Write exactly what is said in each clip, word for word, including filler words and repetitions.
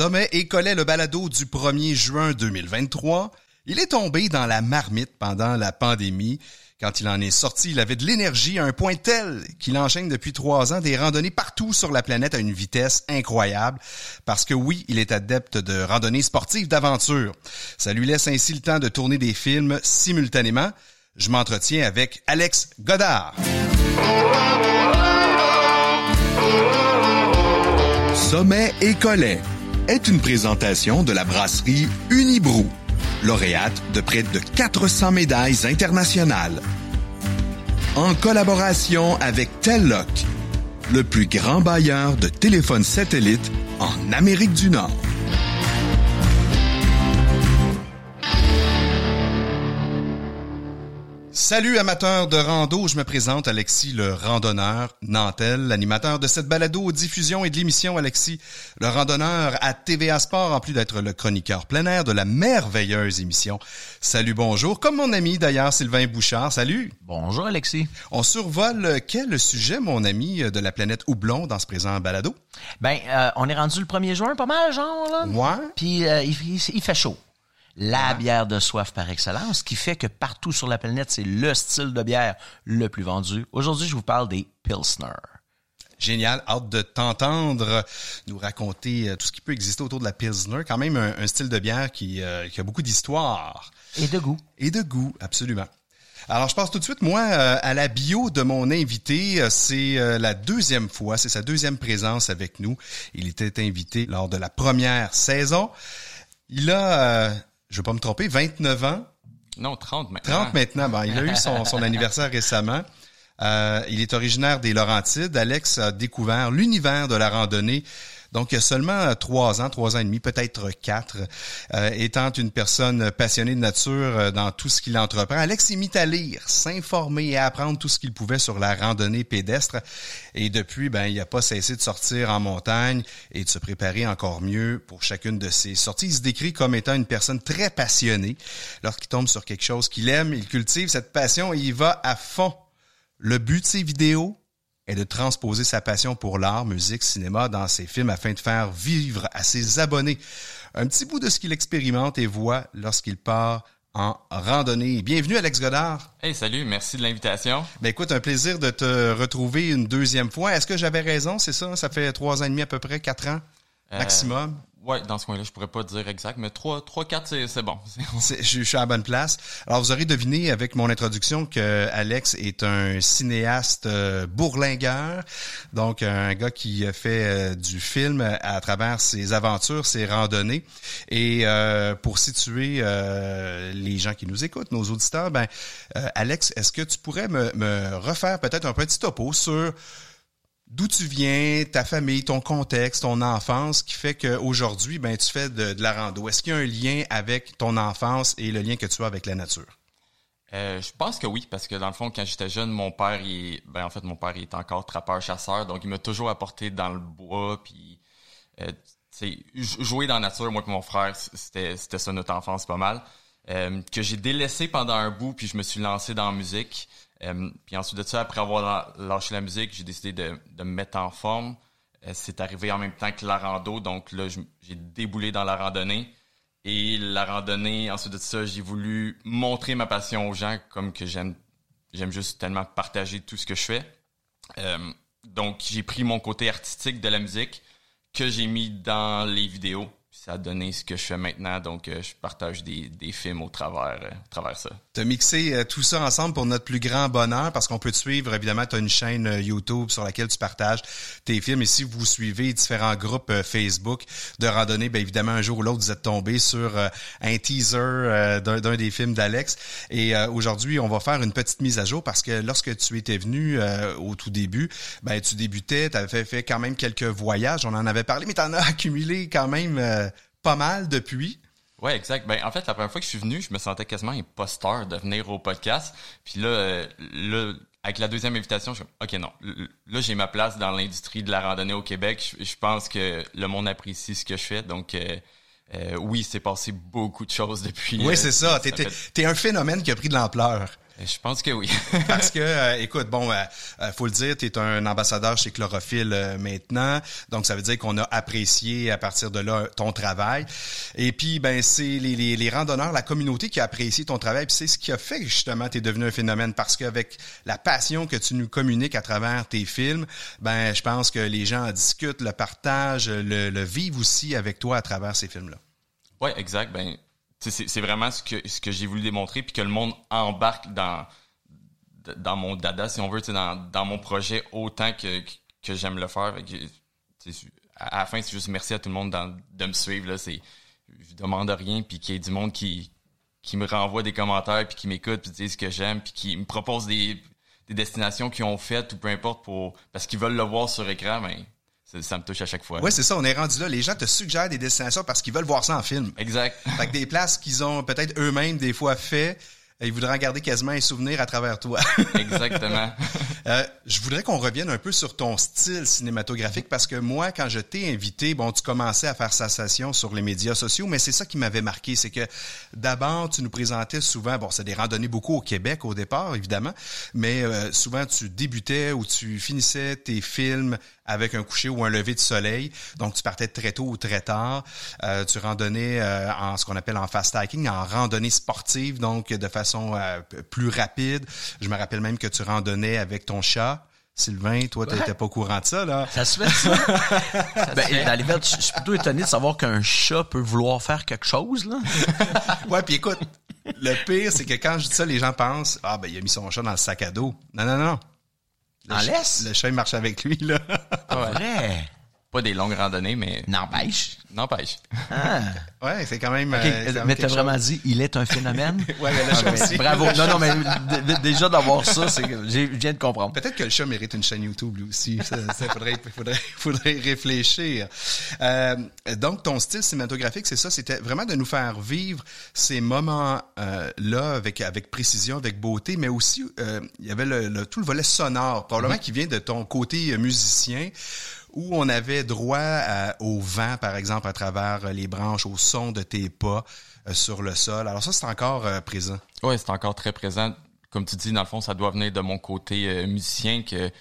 Sommet et Collet, le balado du premier juin deux mille vingt-trois. Il est tombé dans la marmite pendant la pandémie. Quand il en est sorti, il avait de l'énergie à un point tel qu'il enchaîne depuis trois ans des randonnées partout sur la planète à une vitesse incroyable. Parce que oui, il est adepte de randonnées sportives d'aventure. Ça lui laisse ainsi le temps de tourner des films simultanément. Je m'entretiens avec Alex Godard. Sommet et Collet est une présentation de la brasserie Unibrou, lauréate de près de quatre cents médailles internationales. En collaboration avec Telloc, le plus grand bailleur de téléphones satellites en Amérique du Nord. Salut amateurs de rando, je me présente Alexis le randonneur Nantel, l'animateur de cette balado-diffusion et de l'émission Alexis le randonneur à T V A Sport, en plus d'être le chroniqueur plein air de la merveilleuse émission. Salut, bonjour, comme mon ami d'ailleurs Sylvain Bouchard, salut. Bonjour Alexis. On survole quel sujet mon ami de la planète Houblon dans ce présent balado? Ben, euh, on est rendu le premier juin pas mal genre là. Ouais. Puis euh, il, il, il fait chaud. La ouais. bière de soif par excellence, qui fait que partout sur la planète, c'est le style de bière le plus vendu. Aujourd'hui, je vous parle des Pilsner. Génial, hâte de t'entendre nous raconter tout ce qui peut exister autour de la Pilsner. Quand même un, un style de bière qui, euh, qui a beaucoup d'histoire. Et de goût. Et de goût, absolument. Alors, je passe tout de suite, moi, euh, à la bio de mon invité. C'est euh, la deuxième fois, c'est sa deuxième présence avec nous. Il était invité lors de la première saison. Il a... Euh, je vais pas me tromper, vingt-neuf ans. Non, trente maintenant. trente maintenant. Bon, il a eu son, son anniversaire récemment. Euh, il est originaire des Laurentides. Alex a découvert l'univers de la randonnée. Donc, il y a seulement trois ans, trois ans et demi, peut-être quatre, euh, étant une personne passionnée de nature euh, dans tout ce qu'il entreprend. Alex s'est mis à lire, s'informer et à apprendre tout ce qu'il pouvait sur la randonnée pédestre. Et depuis, ben, il n'a pas cessé de sortir en montagne et de se préparer encore mieux pour chacune de ses sorties. Il se décrit comme étant une personne très passionnée. Lorsqu'il tombe sur quelque chose qu'il aime, il cultive cette passion et il va à fond. Le but de ses vidéos est de transposer sa passion pour l'art, musique, cinéma dans ses films afin de faire vivre à ses abonnés un petit bout de ce qu'il expérimente et voit lorsqu'il part en randonnée. Bienvenue Alex Godard. Hey, salut, merci de l'invitation. Ben écoute, un plaisir de te retrouver une deuxième fois. Est-ce que j'avais raison, c'est ça? Ça fait trois ans et demi à peu près, quatre ans maximum? Euh... Ouais, dans ce coin-là, je pourrais pas dire exact, mais trois, trois, quatre, c'est, c'est bon. C'est, je, je suis à la bonne place. Alors, vous aurez deviné avec mon introduction que Alex est un cinéaste euh, bourlingueur, donc un gars qui fait euh, du film à travers ses aventures, ses randonnées. Et euh, pour situer euh, les gens qui nous écoutent, nos auditeurs, ben euh, Alex, est-ce que tu pourrais me, me refaire peut-être un petit topo sur d'où tu viens, ta famille, ton contexte, ton enfance, qui fait qu'aujourd'hui, ben, tu fais de, de la rando. Est-ce qu'il y a un lien avec ton enfance et le lien que tu as avec la nature? Euh, je pense que oui, parce que dans le fond, quand j'étais jeune, mon père, il, ben en fait, mon père, il est encore trappeur-chasseur, donc il m'a toujours apporté dans le bois, puis euh, tu sais, jouer dans la nature, moi et mon frère, c'était, c'était ça notre enfance pas mal. Euh, que j'ai délaissé pendant un bout, puis je me suis lancé dans la musique. Euh, puis ensuite de ça, après avoir lâché la musique, j'ai décidé de, de me mettre en forme. Euh, c'est arrivé en même temps que la rando, donc là, je, j'ai déboulé dans la randonnée. Et la randonnée, ensuite de ça, j'ai voulu montrer ma passion aux gens, comme que j'aime, j'aime juste tellement partager tout ce que je fais. Euh, donc, j'ai pris mon côté artistique de la musique que j'ai mis dans les vidéos. Ça a donné ce que je fais maintenant, donc euh, je partage des, des films au travers, euh, au travers ça. Tu as mixé euh, tout ça ensemble pour notre plus grand bonheur, parce qu'on peut te suivre, évidemment, tu as une chaîne euh, YouTube sur laquelle tu partages tes films, et si vous suivez différents groupes euh, Facebook de randonnée, bien évidemment, un jour ou l'autre, vous êtes tombé sur euh, un teaser euh, d'un, d'un des films d'Alex, et euh, aujourd'hui, on va faire une petite mise à jour, parce que lorsque tu étais venu euh, au tout début, ben tu débutais, tu avais fait, fait quand même quelques voyages, on en avait parlé, mais tu en as accumulé quand même... Euh, pas mal depuis. Ouais, exact. Ben, en fait, la première fois que je suis venu, je me sentais quasiment imposteur de venir au podcast. Puis là, euh, là, avec la deuxième invitation, je suis OK, non. Là, j'ai ma place dans l'industrie de la randonnée au Québec. Je, je pense que le monde apprécie ce que je fais. Donc, euh, euh, oui, c'est passé beaucoup de choses depuis. Oui, euh, c'est ça. T'es, ça t'es, fait... t'es un phénomène qui a pris de l'ampleur. Je pense que oui. Parce que, euh, écoute, bon, euh, euh, faut le dire, tu es un ambassadeur chez Chlorophylle euh, maintenant, donc ça veut dire qu'on a apprécié à partir de là ton travail. Et puis, ben, c'est les, les, les randonneurs, la communauté qui a apprécié ton travail, puis c'est ce qui a fait que justement tu es devenu un phénomène, parce qu'avec la passion que tu nous communiques à travers tes films, ben, je pense que les gens en discutent, le partagent, le, le vivent aussi avec toi à travers ces films-là. Oui, exact. Ben, c'est, c'est vraiment ce que, ce que j'ai voulu démontrer, puis que le monde embarque dans, dans mon dada, si on veut, dans, dans mon projet autant que, que j'aime le faire. À la fin, c'est juste merci à tout le monde dans, de me suivre. Là, c'est, je demande rien, puis qu'il y ait du monde qui, qui me renvoie des commentaires, puis qui m'écoute, puis disent ce que j'aime, puis qui me propose des, des destinations qu'ils ont faites, ou peu importe, pour parce qu'ils veulent le voir sur écran, ben, ça, ça me touche à chaque fois. Oui, c'est ça, on est rendu là. Les gens te suggèrent des destinations parce qu'ils veulent voir ça en film. Exact. Fait que des places qu'ils ont peut-être eux-mêmes des fois fait, ils voudraient garder quasiment un souvenir à travers toi. Exactement. euh, je voudrais qu'on revienne un peu sur ton style cinématographique, parce que moi, quand je t'ai invité, bon, tu commençais à faire sensation sur les médias sociaux, mais c'est ça qui m'avait marqué, c'est que d'abord, tu nous présentais souvent, bon, c'est des randonnées beaucoup au Québec au départ, évidemment, mais euh, souvent tu débutais ou tu finissais tes films avec un coucher ou un lever de soleil. Donc, tu partais très tôt ou très tard. Euh, tu randonnais euh, en ce qu'on appelle en fast hiking, en randonnée sportive, donc de façon euh, plus rapide. Je me rappelle même que tu randonnais avec ton chat. Sylvain, toi, tu n'étais pas au courant de ça, là. Ça se fait, ça? ça ben, se fait. Dans les vertes, je suis plutôt étonné de savoir qu'un chat peut vouloir faire quelque chose, là. Ouais, puis écoute, le pire, c'est que quand je dis ça, les gens pensent « Ah, ben, il a mis son chat dans le sac à dos. » Non, non, non. En laisse? Le chat, il marche avec lui, là. Ouais. Vrai? Pas des longues randonnées, mais... N'empêche. N'empêche. Ah. Ouais, c'est quand même... Okay, euh, mais t'as vraiment dit, il est un phénomène? Ouais, mais le chat aussi. Bravo. Non, non, mais d- d- déjà d'avoir ça, c'est que j'ai- je viens de comprendre. Peut-être que le chat mérite une chaîne YouTube, lui aussi. Ça, ça faudrait, faudrait, faudrait réfléchir. Euh, donc, ton style cinématographique, c'est ça, c'était vraiment de nous faire vivre ces moments-là euh, avec, avec précision, avec beauté, mais aussi, euh, il y avait le, le, tout le volet sonore, probablement mm-hmm. qui vient de ton côté musicien, où on avait droit à, au vent, par exemple, à travers les branches, au son de tes pas euh, sur le sol. Alors ça, c'est encore euh, présent. Oui, c'est encore très présent. Comme tu dis, dans le fond, ça doit venir de mon côté euh, musicien, que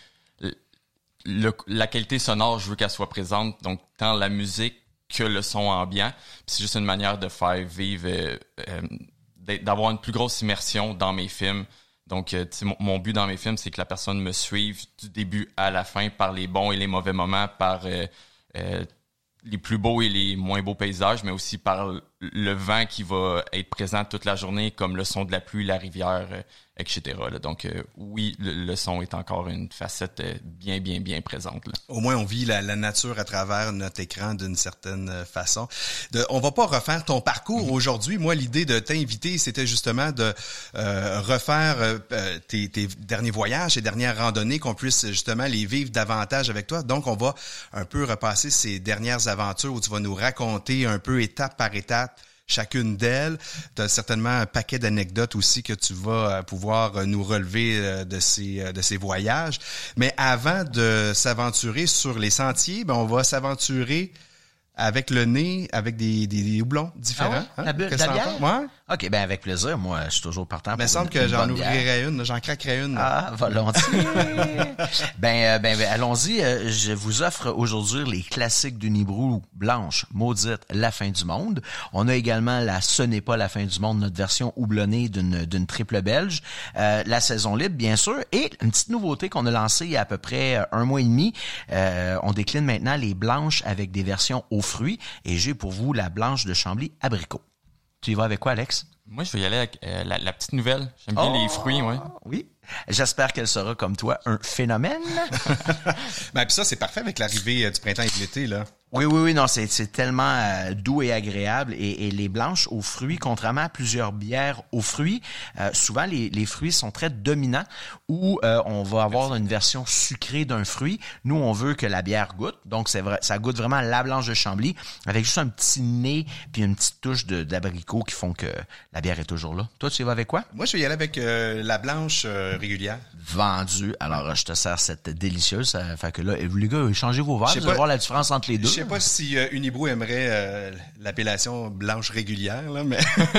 le, la qualité sonore, je veux qu'elle soit présente, donc tant la musique que le son ambiant. Puis c'est juste une manière de faire vivre, euh, euh, d'avoir une plus grosse immersion dans mes films. Donc, euh, mon, mon but dans mes films, c'est que la personne me suive du début à la fin par les bons et les mauvais moments, par euh, euh, les plus beaux et les moins beaux paysages, mais aussi par le vent qui va être présent toute la journée, comme le son de la pluie, la rivière, euh, et cetera. Là. Donc, euh, oui, le, le son est encore une facette euh, bien, bien, bien présente. Là. Au moins, on vit la, la nature à travers notre écran d'une certaine façon. De, on va pas refaire ton parcours mmh. aujourd'hui. Moi, l'idée de t'inviter, c'était justement de euh, refaire euh, tes, tes derniers voyages, tes dernières randonnées, qu'on puisse justement les vivre davantage avec toi. Donc, on va un peu repasser ces dernières aventures où tu vas nous raconter un peu étape par étape chacune d'elles. Tu as certainement un paquet d'anecdotes aussi que tu vas pouvoir nous relever de ces, de ces voyages. Mais avant de s'aventurer sur les sentiers, ben on va s'aventurer avec le nez, avec des, des, des houblons différents. Ah ouais? Hein? La, bu- la bière? Ouais. OK, ben avec plaisir. Moi, je suis toujours partant pour Il me semble une, que une j'en bonne ouvrirais bière. une, j'en craquerais une. Ah, volontiers. ben, euh, ben, ben, allons-y. Euh, je vous offre aujourd'hui les classiques du Nibrou, Blanche, Maudite, La fin du monde. On a également la Ce n'est pas la fin du monde, notre version houblonnée d'une, d'une triple belge. Euh, la saison libre, bien sûr. Et une petite nouveauté qu'on a lancée il y a à peu près un mois et demi. Euh, on décline maintenant les blanches avec des versions aux fruits. Et j'ai pour vous la blanche de Chambly abricot. Tu y vas avec quoi, Alex? Moi, je vais y aller avec euh, la, la petite nouvelle. J'aime bien oh, les fruits, ouais. Oui. J'espère qu'elle sera, comme toi, un phénomène. Ben, puis ça, c'est parfait avec l'arrivée euh, du printemps et de l'été, là. Oui, oui, oui, non, c'est, c'est tellement euh, doux et agréable. Et, et les blanches aux fruits, contrairement à plusieurs bières aux fruits, euh, souvent les, les fruits sont très dominants où euh, on va avoir une version sucrée d'un fruit. Nous, on veut que la bière goûte. Donc, c'est vrai, ça goûte vraiment la blanche de Chambly avec juste un petit nez puis une petite touche de, d'abricot qui font que la bière est toujours là. Toi, tu y vas avec quoi? Moi, je vais y aller avec euh, la blanche euh, régulière. Vendu. Alors, je te sers cette délicieuse. Ça fait que là, les gars, changez vos verres. Vous allez pas, voir la différence entre les deux. Je sais pas si euh, Unibrou aimerait euh, l'appellation blanche régulière, là, mais...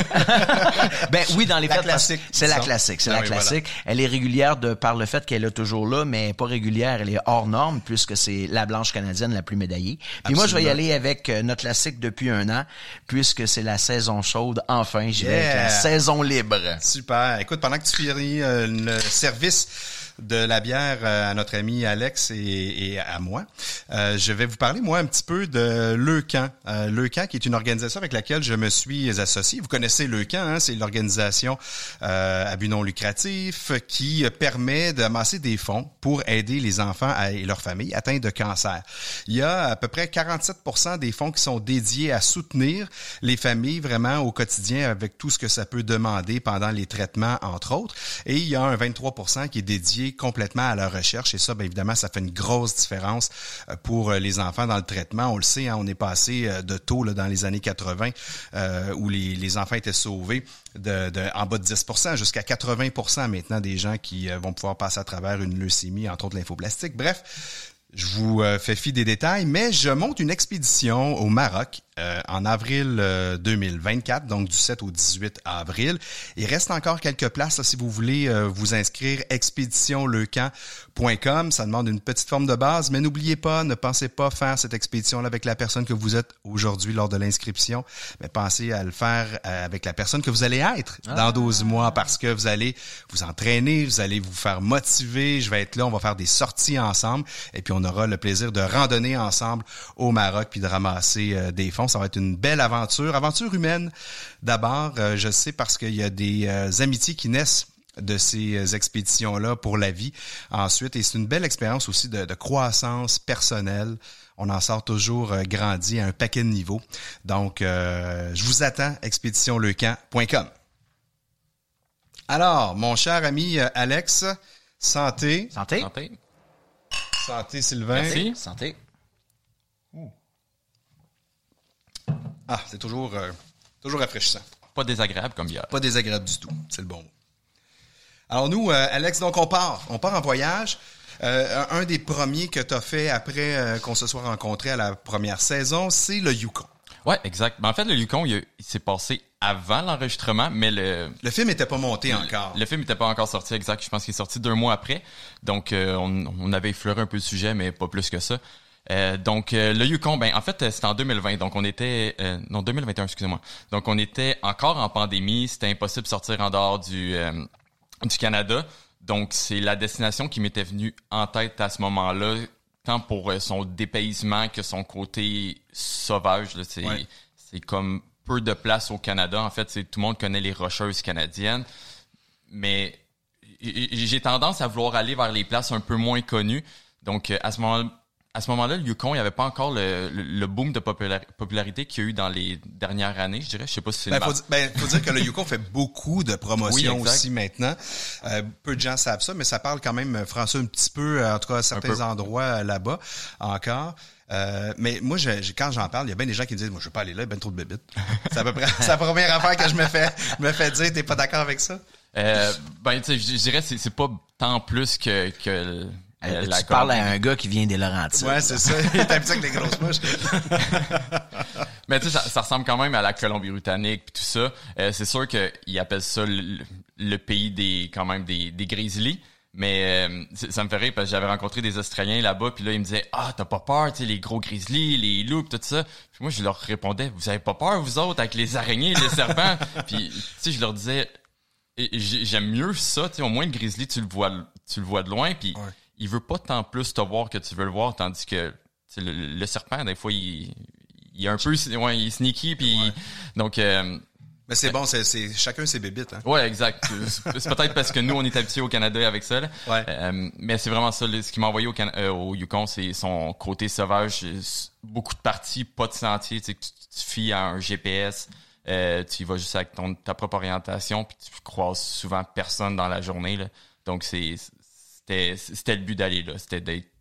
ben oui, dans les la faits, classique, c'est la disons. classique, c'est Ah la oui, classique. voilà. Elle est régulière de par le fait qu'elle est toujours là, mais pas régulière, elle est hors norme puisque c'est la blanche canadienne la plus médaillée. Puis Absolument. moi, je vais y aller avec euh, notre classique depuis un an, puisque c'est la saison chaude. Enfin, j'y vais Yeah. avec la saison libre. Super. Écoute, pendant que tu finis euh, le service de la bière euh, à notre ami Alex et, et à moi, euh, je vais vous parler, moi, un petit peu de Leucan. Euh, Leucan, qui est une organisation avec laquelle je me suis associé. Vous connaissez Leucan, hein? C'est l'organisation euh, à but non lucratif qui permet d'amasser des fonds pour aider les enfants à, et leurs familles atteints de cancer. Il y a à peu près quarante-sept pour cent des fonds qui sont dédiés à soutenir les familles vraiment au quotidien avec tout ce que ça peut demander pendant les traitements, entre autres. Et il y a un vingt-trois pour cent qui est dédié complètement à la recherche. Et ça, bien évidemment, ça fait une grosse différence pour les enfants dans le traitement. On le sait, hein, on est passé de taux là, dans les années quatre-vingts euh, où les, les enfants étaient sauvés de, de en bas de dix pour cent jusqu'à quatre-vingts pour cent maintenant des gens qui euh, vont pouvoir passer à travers une leucémie, entre autres lymphoblastique. Bref, je vous euh, fais fi des détails, mais je monte une expédition au Maroc euh, en avril euh, deux mille vingt-quatre, donc du sept au dix-huit avril. Il reste encore quelques places là, si vous voulez euh, vous inscrire, expédition leucan point com. Ça demande une petite forme de base, mais n'oubliez pas, ne pensez pas faire cette expédition-là avec la personne que vous êtes aujourd'hui lors de l'inscription, mais pensez à le faire euh, avec la personne que vous allez être dans Ah. douze mois, parce que vous allez vous entraîner, vous allez vous faire motiver, je vais être là, on va faire des sorties ensemble, et puis on aura le plaisir de randonner ensemble au Maroc puis de ramasser euh, des fonds. Ça va être une belle aventure, aventure humaine d'abord, euh, je sais parce qu'il y a des euh, amitiés qui naissent de ces expéditions-là pour la vie ensuite, et c'est une belle expérience aussi de, de croissance personnelle. On en sort toujours euh, grandi à un paquet de niveaux. Donc, euh, je vous attends, expédition leucan point com. Alors, mon cher ami euh, Alex, santé. Santé. Santé. Santé, Sylvain. Merci. Santé. Ah, c'est toujours, euh, toujours rafraîchissant. Pas désagréable comme bière. Pas désagréable du tout, c'est le bon mot. Alors nous, euh, Alex, donc on part. On part en voyage. Euh, un, un des premiers que tu as fait après euh, qu'on se soit rencontrés à la première saison, c'est le Yukon. Ouais, exact. Ben, en fait, le Yukon, il, a- il s'est passé avant l'enregistrement, mais le, Le film n'était pas monté encore. le film n'était pas encore sorti, exact. Je pense qu'il est sorti deux mois après. Donc, euh, on, on avait effleuré un peu le sujet, mais pas plus que ça. Euh, donc, euh, le Yukon, ben, en fait, euh, c'était en deux mille vingt. Donc, on était... Euh, non, deux mille vingt et un, excusez-moi. Donc, on était encore en pandémie. C'était impossible de sortir en dehors du, euh, du Canada. Donc, c'est la destination qui m'était venue en tête à ce moment-là, tant pour euh, son dépaysement que son côté sauvage. Là, c'est, Ouais. c'est comme peu de place au Canada. En fait, c'est, tout le monde connaît les Rocheuses canadiennes. Mais j'ai tendance à vouloir aller vers les places un peu moins connues. Donc, euh, à ce moment À ce moment-là, le Yukon, il n'y avait pas encore le, le, le boom de popula- popularité qu'il y a eu dans les dernières années, je dirais. Je sais pas si c'est Ben, une faut, marque. di- ben, faut dire que le Yukon fait beaucoup de promotions Oui, exact. aussi maintenant. Euh, peu de gens savent ça, mais ça parle quand même français un petit peu, euh, en tout cas à certains peu. endroits euh, là-bas encore. Euh, mais moi, je, je- quand j'en parle, il y a bien des gens qui me disent, moi, je veux pas aller là, il y a bien trop de bébites. C'est à peu près c'est la première affaire que je me fais, je me fais dire, t'es pas d'accord avec ça? Euh, ben, tu sais, je je dirais c'est c'est pas tant plus que que Euh, la tu parles Colombie. à un gars qui vient des Laurentides. Ouais, c'est ça. Il est habitué avec les grosses mouches. Mais tu sais, ça, ça ressemble quand même à la Colombie-Britannique puis tout ça. Euh, c'est sûr qu'ils appellent ça le, le pays des quand même des, des grizzlies. Mais euh, c'est- ça me fait rire parce que j'avais rencontré des Australiens là-bas, puis là ils me disaient ah t'as pas peur, tu sais les gros grizzlies, les loups, tout ça. Puis moi je leur répondais vous avez pas peur vous autres avec les araignées, les serpents. Puis tu sais je leur disais et j'ai- j'aime mieux ça, tu sais au moins le grizzly tu le vois tu le vois de loin, puis Ouais. il veut pas tant plus te voir que tu veux le voir, tandis que tu sais, le, le serpent des fois il il est un peu ouais il est sneaky puis Ouais. donc euh, Mais c'est bon, c'est, c'est chacun ses bébites, hein. ouais, exact. C'est c'est peut-être parce que nous, on est habitués au Canada avec ça. Là. Ouais. Euh, mais c'est vraiment ça. là, Ce qui m'a envoyé au, Can- euh, au Yukon, c'est son côté sauvage. euh, Beaucoup de parties, pas de sentier. Tu sais, que tu tu te fies à un G P S. Euh, tu y vas juste avec ton, ta propre orientation. Puis tu croises souvent personne dans la journée. Là. Donc, c'est, c'était, c'était le but d'aller là. C'était d'être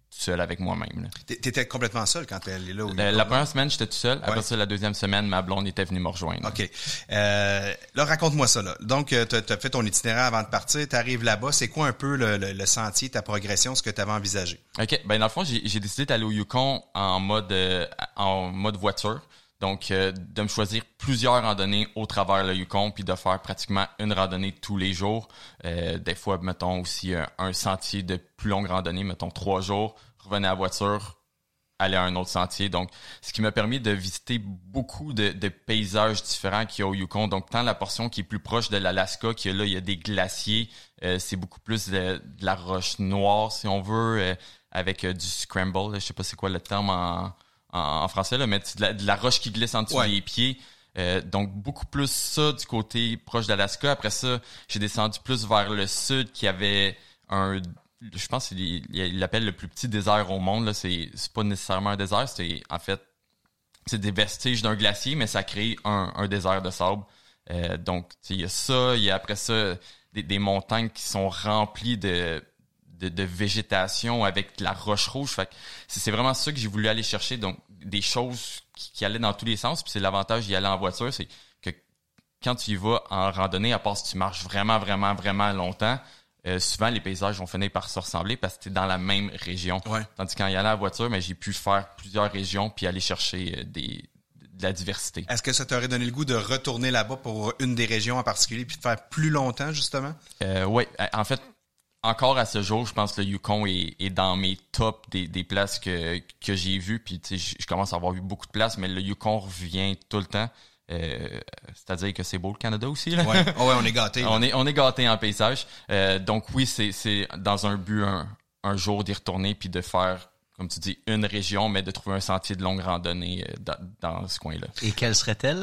seul avec moi-même. Là. T'étais complètement seul quand elle est là? Au la, la première semaine, j'étais tout seul. Après ouais. ça, la deuxième semaine, ma blonde était venue me rejoindre. OK. Euh, là, raconte-moi ça. Là. Donc, tu as fait ton itinéraire avant de partir. Tu arrives là-bas. C'est quoi un peu le, le, le sentier, ta progression, ce que tu avais envisagé? OK. Ben dans le fond, j'ai, j'ai décidé d'aller au Yukon en mode euh, en mode voiture. Donc, euh, de me choisir plusieurs randonnées au travers le Yukon, puis de faire pratiquement une randonnée tous les jours. Euh, des fois, mettons aussi un, un sentier de plus longue randonnée, mettons trois jours, revenir à la voiture, aller à un autre sentier. Donc, ce qui m'a permis de visiter beaucoup de, de paysages différents qu'il y a au Yukon. Donc, tant la portion qui est plus proche de l'Alaska, qu'il y a là, il y a des glaciers, euh, c'est beaucoup plus de, de la roche noire, si on veut, euh, avec euh, du scramble. Là, je sais pas c'est quoi le terme en... En, en français, là, mais de la, de la roche qui glisse en dessous ouais. des pieds. Euh, donc, beaucoup plus ça du côté proche d'Alaska. Après ça, j'ai descendu plus vers le sud qui avait un... Je pense qu'il l'appelle le plus petit désert au monde. Là. C'est, c'est pas nécessairement un désert. C'est en fait, c'est des vestiges d'un glacier, mais ça crée un, un désert de sable. Euh, donc, il y a ça. Il y a après ça des, des montagnes qui sont remplies de... De, de végétation avec de la roche rouge. Fait que c'est, c'est vraiment ça que j'ai voulu aller chercher. Donc, des choses qui, qui allaient dans tous les sens. Puis c'est l'avantage d'y aller en voiture, c'est que quand tu y vas en randonnée, à part si tu marches vraiment, vraiment, vraiment longtemps, euh, souvent les paysages vont finir par se ressembler parce que tu es dans la même région. Ouais. Tandis qu'en y allant en voiture, mais j'ai pu faire plusieurs régions puis aller chercher des, de la diversité. Est-ce que ça t'aurait donné le goût de retourner là-bas pour une des régions en particulier puis de faire plus longtemps, justement? Euh, oui. En fait, encore à ce jour, je pense que le Yukon est, est dans mes tops des, des places que, que j'ai vues. Puis, tu sais, je commence à avoir vu beaucoup de places, mais le Yukon revient tout le temps. Euh, c'est-à-dire que c'est beau le Canada aussi. Là. Ouais, oh ouais on est gâtés. on est on est gâtés en paysage. Euh, donc oui, c'est c'est dans un but un, un jour d'y retourner puis de faire, comme tu dis, une région, mais de trouver un sentier de longue randonnée dans, dans ce coin-là. Et quelle serait-elle?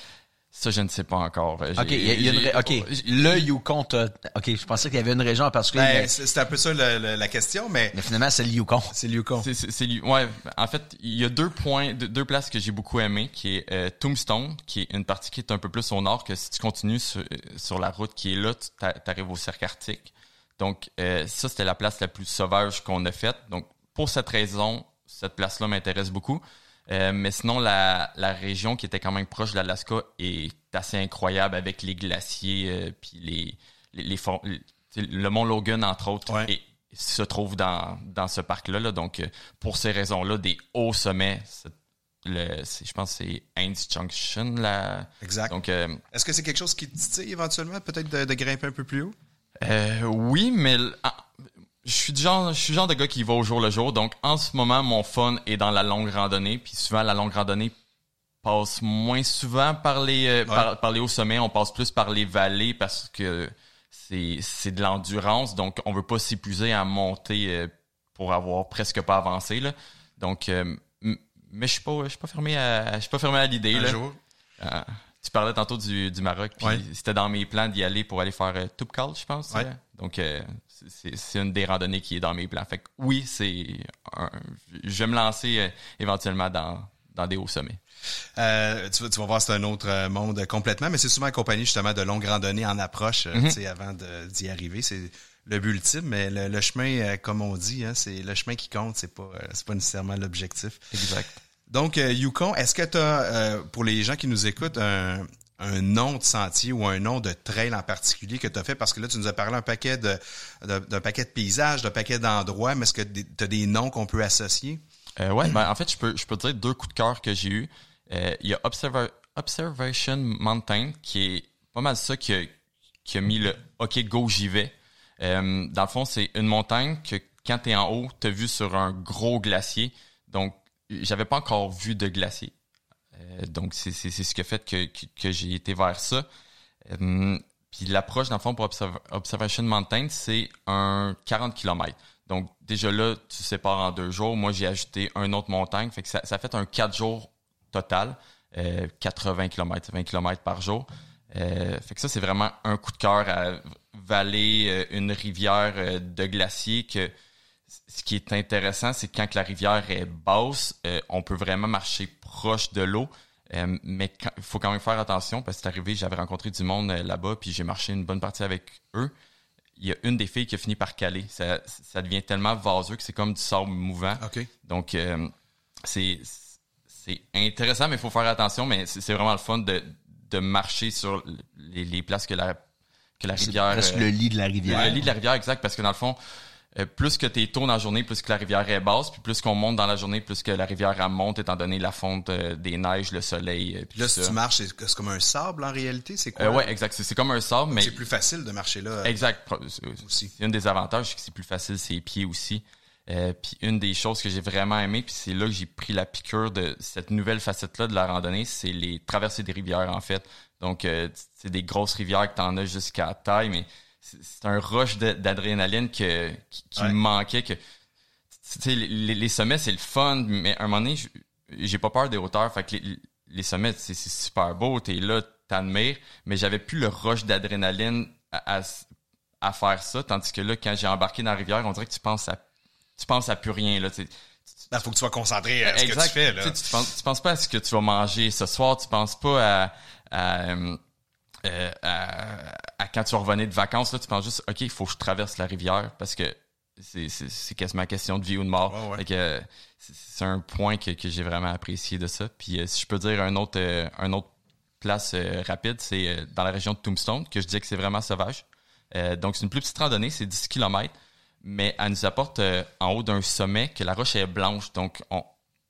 Ça, je ne sais pas encore. J'ai, OK, il y a, y a une ré... OK, le Yukon, t'as... OK, je pensais qu'il y avait une région en particulier. Ben, mais... c'est un peu ça le, le, la question, mais... Mais finalement, c'est le Yukon. C'est le Yukon. C'est, c'est, c'est, ouais, en fait, il y a deux points, deux, deux places que j'ai beaucoup aimées, qui est euh, Tombstone, qui est une partie qui est un peu plus au nord, que si tu continues sur, sur la route qui est là, tu arrives au cercle arctique. Donc, euh, ça, c'était la place la plus sauvage qu'on a faite. Donc, pour cette raison, cette place-là m'intéresse beaucoup. Euh, mais sinon, la, la région qui était quand même proche de l'Alaska est assez incroyable avec les glaciers euh, puis les, les, les, for- les le mont Logan, entre autres, ouais. et, se trouve dans, dans ce parc-là. Là. Donc, euh, pour ces raisons-là, des hauts sommets, c'est le, c'est, je pense que c'est Haines Junction. Là. Exact. Donc, euh, est-ce que c'est quelque chose qui te titille éventuellement, peut-être de, de grimper un peu plus haut? Euh, oui, mais... Ah, Je suis du genre, je suis le genre de gars qui va au jour le jour. Donc, en ce moment, mon fun est dans la longue randonnée. Puis souvent, la longue randonnée passe moins souvent par les, euh, ouais. par, par les hauts sommets. On passe plus par les vallées parce que c'est, c'est de l'endurance. Donc, on veut pas s'épuiser à monter euh, pour avoir presque pas avancé, là. Donc, euh, m- mais je suis pas, je suis pas fermé à, je suis pas fermé à l'idée, Un là. jour. Euh, tu parlais tantôt du, du Maroc, puis ouais. c'était dans mes plans d'y aller pour aller faire euh, Toubkal, je pense. Ouais. Euh, donc, euh, c'est, c'est une des randonnées qui est dans mes plans. Fait que oui, c'est un, je vais me lancer euh, éventuellement dans, dans des hauts sommets. Euh, tu, tu vas voir, c'est un autre monde complètement, mais c'est souvent accompagné justement de longues randonnées en approche, mm-hmm. tu sais, avant de, d'y arriver. C'est le but ultime, mais le, le chemin, comme on dit, hein, c'est le chemin qui compte, c'est pas, c'est pas nécessairement l'objectif. Exact. Donc, euh, Yukon, est-ce que tu as, euh, pour les gens qui nous écoutent, un, un nom de sentier ou un nom de trail en particulier que tu as fait? Parce que là, tu nous as parlé un paquet de, de, d'un paquet de paysages, d'un paquet d'endroits, mais est-ce que tu as des noms qu'on peut associer? Euh, ouais, ben, en fait, je peux, je peux te dire deux coups de cœur que j'ai eus. Euh, il y a Observa- Observation Mountain, qui est pas mal ça qui a, qui a mis le « OK, go, j'y vais ». Euh, dans le fond, c'est une montagne que quand tu es en haut, tu as vu sur un gros glacier. Donc, j'avais pas encore vu de glacier. Euh, donc, c'est, c'est, c'est ce qui a fait que, que, que j'ai été vers ça. Euh, puis l'approche, dans le fond, pour Observ- Observation Mountain, c'est un quarante kilomètres. Donc, déjà là, tu sépares en deux jours. Moi, j'ai ajouté une autre montagne. Fait que ça, ça fait un quatre jours total. Euh, quatre-vingts kilomètres, vingt kilomètres par jour. Euh, fait que ça, c'est vraiment un coup de cœur à valer euh, une rivière euh, de glacier que... Ce qui est intéressant, c'est que quand la rivière est basse, euh, on peut vraiment marcher proche de l'eau, euh, mais il faut quand même faire attention parce que c'est arrivé, j'avais rencontré du monde euh, là-bas, puis j'ai marché une bonne partie avec eux. il y a une des filles qui a fini par caler. Ça, ça devient tellement vaseux que c'est comme du sable mouvant. Okay. Donc, euh, c'est, c'est intéressant, mais il faut faire attention. Mais c'est, c'est vraiment le fun de, de marcher sur les, les places que la, que la c'est rivière... presque euh, le lit de la rivière. Le lit de la rivière, exact, parce que dans le fond, euh, plus que t'es tôt dans la journée, plus que la rivière est basse, puis plus qu'on monte dans la journée, plus que la rivière elle monte, étant donné la fonte euh, des neiges, le soleil. Euh, puis Là, tout si ça. tu marches, c'est, c'est comme un sable en réalité, c'est quoi? Euh, ouais, exact. C'est, c'est comme un sable, Donc, mais... c'est plus facile de marcher là. Exact. C'est, aussi. c'est un des avantages, c'est que c'est plus facile, c'est les pieds aussi. Euh, puis une des choses que j'ai vraiment aimé, puis c'est là que j'ai pris la piqûre de cette nouvelle facette-là de la randonnée, c'est les traversées des rivières, en fait. Donc, euh, c'est des grosses rivières que t'en as jusqu'à la taille, mais c'est, c'est un rush de, d'adrénaline que, qui, qui ouais. me manquait. Que, tu sais, les, les sommets, c'est le fun, mais à un moment donné, j'ai pas peur des hauteurs. Fait que les, les sommets, c'est, c'est super beau, t'es là, t'admires, mais j'avais plus le rush d'adrénaline à, à, à faire ça, tandis que là, quand j'ai embarqué dans la rivière, on dirait que tu penses à tu penses à plus rien, là, tu sais. Il faut que tu sois concentré à ce exact. que tu fais, là. Tu, sais, tu, penses, tu penses pas à ce que tu vas manger ce soir, tu penses pas à, à, euh, à, à quand tu vas revenir de vacances, là, tu penses juste, OK, il faut que je traverse la rivière parce que c'est, c'est, c'est quasiment question de vie ou de mort. Oh, ouais. Fait que, c'est, c'est un point que, que j'ai vraiment apprécié de ça. Puis euh, si je peux dire un autre, euh, un autre place euh, rapide, c'est euh, dans la région de Tombstone, que je dis que c'est vraiment sauvage. Euh, donc, c'est une plus petite randonnée, c'est dix kilomètres. Mais elle nous apporte euh, en haut d'un sommet que la roche est blanche. Donc, on,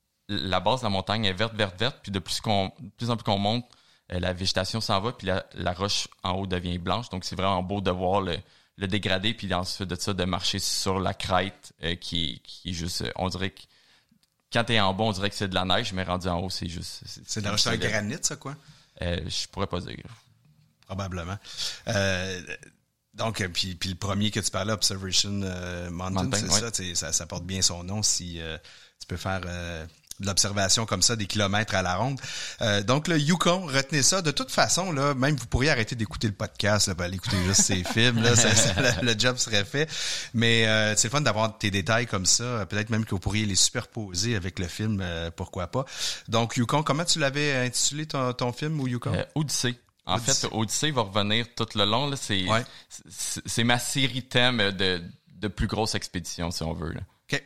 la base de la montagne est verte, verte, verte. Puis de plus, qu'on, de plus en plus qu'on monte, euh, la végétation s'en va. Puis la, la roche en haut devient blanche. Donc, c'est vraiment beau de voir le, le dégradé. Puis ensuite de ça, de marcher sur la crête euh, qui, qui est juste... Euh, on dirait que quand t'es en bas, on dirait que c'est de la neige. Mais rendu en haut, c'est juste... C'est, c'est de la roche, c'est un granit, ça, quoi? Euh, je pourrais pas dire. Probablement. Euh... Donc, puis, puis le premier que tu parlais, Observation euh, Mountain, Mountain, c'est ouais. ça, ça, ça porte bien son nom si euh, tu peux faire euh, de l'observation comme ça, des kilomètres à la ronde. Euh, donc, le Yukon, retenez ça. De toute façon, là, même vous pourriez arrêter d'écouter le podcast, là, aller écouter juste ces films, là, ça, ça, le, le job serait fait. Mais euh, c'est le fun d'avoir tes détails comme ça. Peut-être même que vous pourriez les superposer avec le film, euh, pourquoi pas. Donc, Yukon, comment tu l'avais intitulé ton, ton film ou Yukon? Euh, Odyssey. En Odyssey. fait, Odyssey va revenir tout le long. Là. C'est, ouais. c'est, c'est ma série thème de, de plus grosse expédition, si on veut. Là. OK.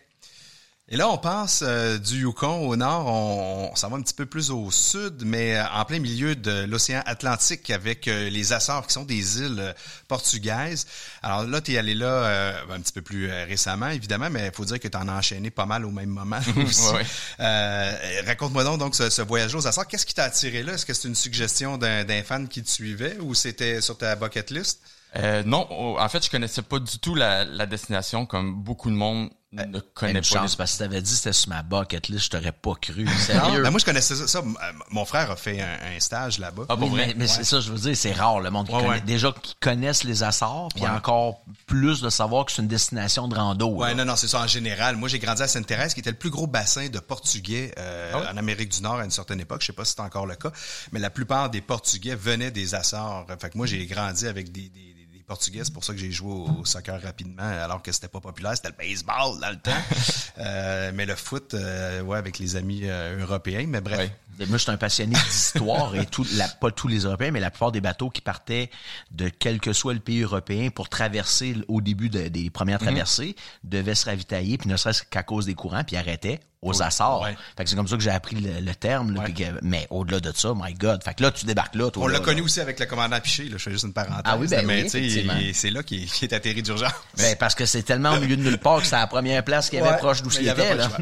Et là, on passe euh, du Yukon au nord, on, on s'en va un petit peu plus au sud, mais euh, en plein milieu de l'océan Atlantique avec euh, les Açores, qui sont des îles euh, portugaises. Alors là, tu es allé là euh, un petit peu plus euh, récemment, évidemment, mais il faut dire que tu en as enchaîné pas mal au même moment aussi. ouais, ouais. Euh, raconte-moi donc, donc ce, ce voyage aux Açores. Qu'est-ce qui t'a attiré là? Est-ce que c'est une suggestion d'un, d'un fan qui te suivait ou c'était sur ta bucket list? Euh, non, en fait, je connaissais pas du tout la, la destination, comme beaucoup de monde euh, ne connaît une pas. Chance, les... parce que si t'avais dit que c'était sur ma bucket list, je t'aurais pas cru. Sérieux? Non, ben moi, je connaissais ça. ça. Mon frère a fait un, un stage là-bas. Ah, oui, vrai? mais, mais ouais. c'est ça, je veux dire, c'est rare, le monde qui ouais, connaît. Ouais. Déjà qui connaissent les Açores, puis ouais. encore plus de savoir que c'est une destination de rando. Ouais, là. non, non, c'est ça en général. Moi, j'ai grandi à Sainte-Thérèse, qui était le plus gros bassin de Portugais euh, ah ouais? en Amérique du Nord à une certaine époque. Je sais pas si c'est encore le cas, mais la plupart des Portugais venaient des Açores. Fait que moi, j'ai grandi avec des, des portugais, c'est pour ça que j'ai joué au soccer rapidement, alors que c'était pas populaire, c'était le baseball dans le temps. euh, mais le foot, euh, ouais, avec les amis euh, européens, mais bref. Ouais. Moi, je suis un passionné d'histoire et tout, la, pas tous les Européens, mais la plupart des bateaux qui partaient de quel que soit le pays européen pour traverser au début de, des premières traversées mm-hmm. devaient se ravitailler, puis ne serait-ce qu'à cause des courants, puis arrêtaient aux oui. Açores. Ouais. Fait que c'est comme ça que j'ai appris le, le terme. Là, ouais. puis que, mais au-delà de ça, my God. Fait que là, tu débarques là. Toi, On là, l'a là. connu aussi avec le commandant Piché. Là, je fais juste une parenthèse. Ah oui, ben mais oui, il, c'est là qu'il, qu'il est atterri d'urgence. Ben, parce que c'est tellement au milieu de nulle part que c'est la première place qu'il y avait ouais, proche d'où il était. Là.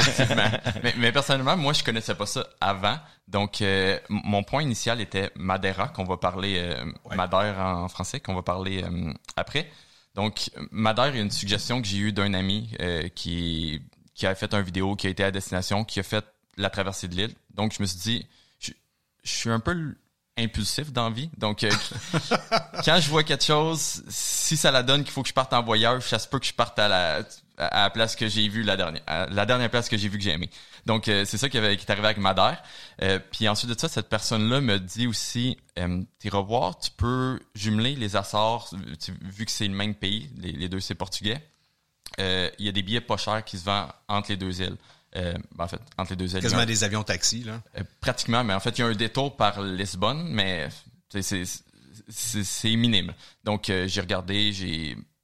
mais, mais personnellement, moi, je connaissais pas ça avant. Donc, euh, mon point initial était Madeira, qu'on va parler, euh, ouais. Madère en français, qu'on va parler euh, après. Donc, Madère, il y a une suggestion que j'ai eue d'un ami euh, qui, qui a fait une vidéo, qui a été à destination, qui a fait la traversée de l'île. Donc, je me suis dit, je, je suis un peu impulsif dans la vie. Donc, euh, quand je vois quelque chose, si ça la donne qu'il faut que je parte en voyage, ça se peut que je parte à la, à la place que j'ai vue la dernière, à la dernière place que j'ai vue que j'ai aimée. Donc, euh, c'est ça qui, avait, qui est arrivé avec Madère. Euh, puis ensuite de ça, cette personne-là me dit aussi, euh, t'iras voir, tu peux jumeler les Açores, tu, vu que c'est le même pays, les, les deux c'est portugais. Euh, il y a des billets pas chers qui se vendent entre les deux îles. Euh, ben en fait, entre les deux îles. Quasiment des avions taxis, là. Euh, pratiquement, mais en fait, il y a un détour par Lisbonne, mais c'est, c'est, c'est, c'est minime. Donc, euh, j'ai regardé, j'ai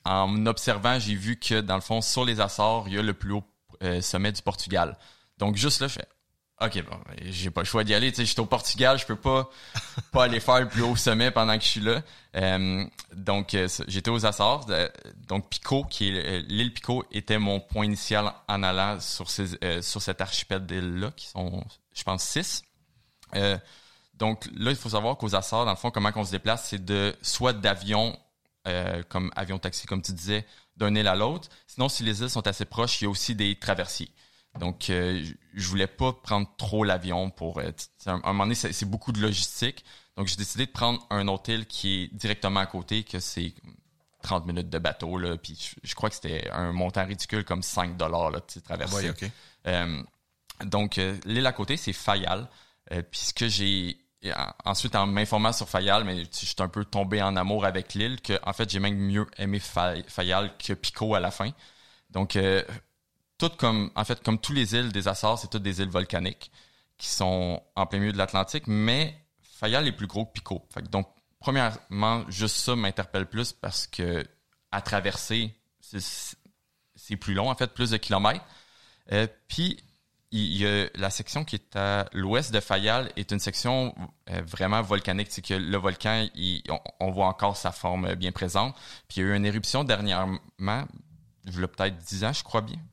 en observant, j'ai vu que, dans le fond, sur les Açores, il y a le plus haut euh, sommet du Portugal. Donc, juste là, je fais, OK, bon, j'ai pas le choix d'y aller. Tu sais, je suis au Portugal, je peux pas, pas aller faire le plus haut sommet pendant que je suis là. Euh, donc, euh, j'étais aux Açores. Euh, donc, Pico, qui est euh, l'île Pico, était mon point initial en allant sur, ces, euh, sur cet archipel d'îles-là, qui sont, je pense, six. Euh, donc, là, il faut savoir qu'aux Açores, dans le fond, comment on se déplace, c'est de soit d'avion, euh, comme avion-taxi, comme tu disais, d'une île à l'autre. Sinon, si les îles sont assez proches, il y a aussi des traversiers. Donc, euh, je voulais pas prendre trop l'avion pour... Euh, à un moment donné, c'est, c'est beaucoup de logistique. Donc, j'ai décidé de prendre un hôtel qui est directement à côté, que c'est trente minutes de bateau. Là, puis je, je crois que c'était un montant ridicule comme cinq dollars là, de traverser. Oui, OK. Euh, donc, euh, l'île à côté, c'est Fayal. Euh, puis ce que j'ai... Ensuite, en m'informant sur Fayal, mais je suis un peu tombé en amour avec l'île, que en fait, j'ai même mieux aimé Fay- Fayal que Pico à la fin. Donc... Euh, Toutes comme, en fait, comme tous les îles des Açores, c'est toutes des îles volcaniques qui sont en plein milieu de l'Atlantique, mais Fayal est plus gros que Pico. Fait que donc, premièrement, juste ça m'interpelle plus parce que à traverser, c'est, c'est plus long, en fait, plus de kilomètres. Euh, puis, il y a la section qui est à l'ouest de Fayal est une section euh, vraiment volcanique. C'est que le volcan, il, on, on voit encore sa forme bien présente. Puis, il y a eu une éruption dernièrement, il y a peut-être dix ans, je crois bien,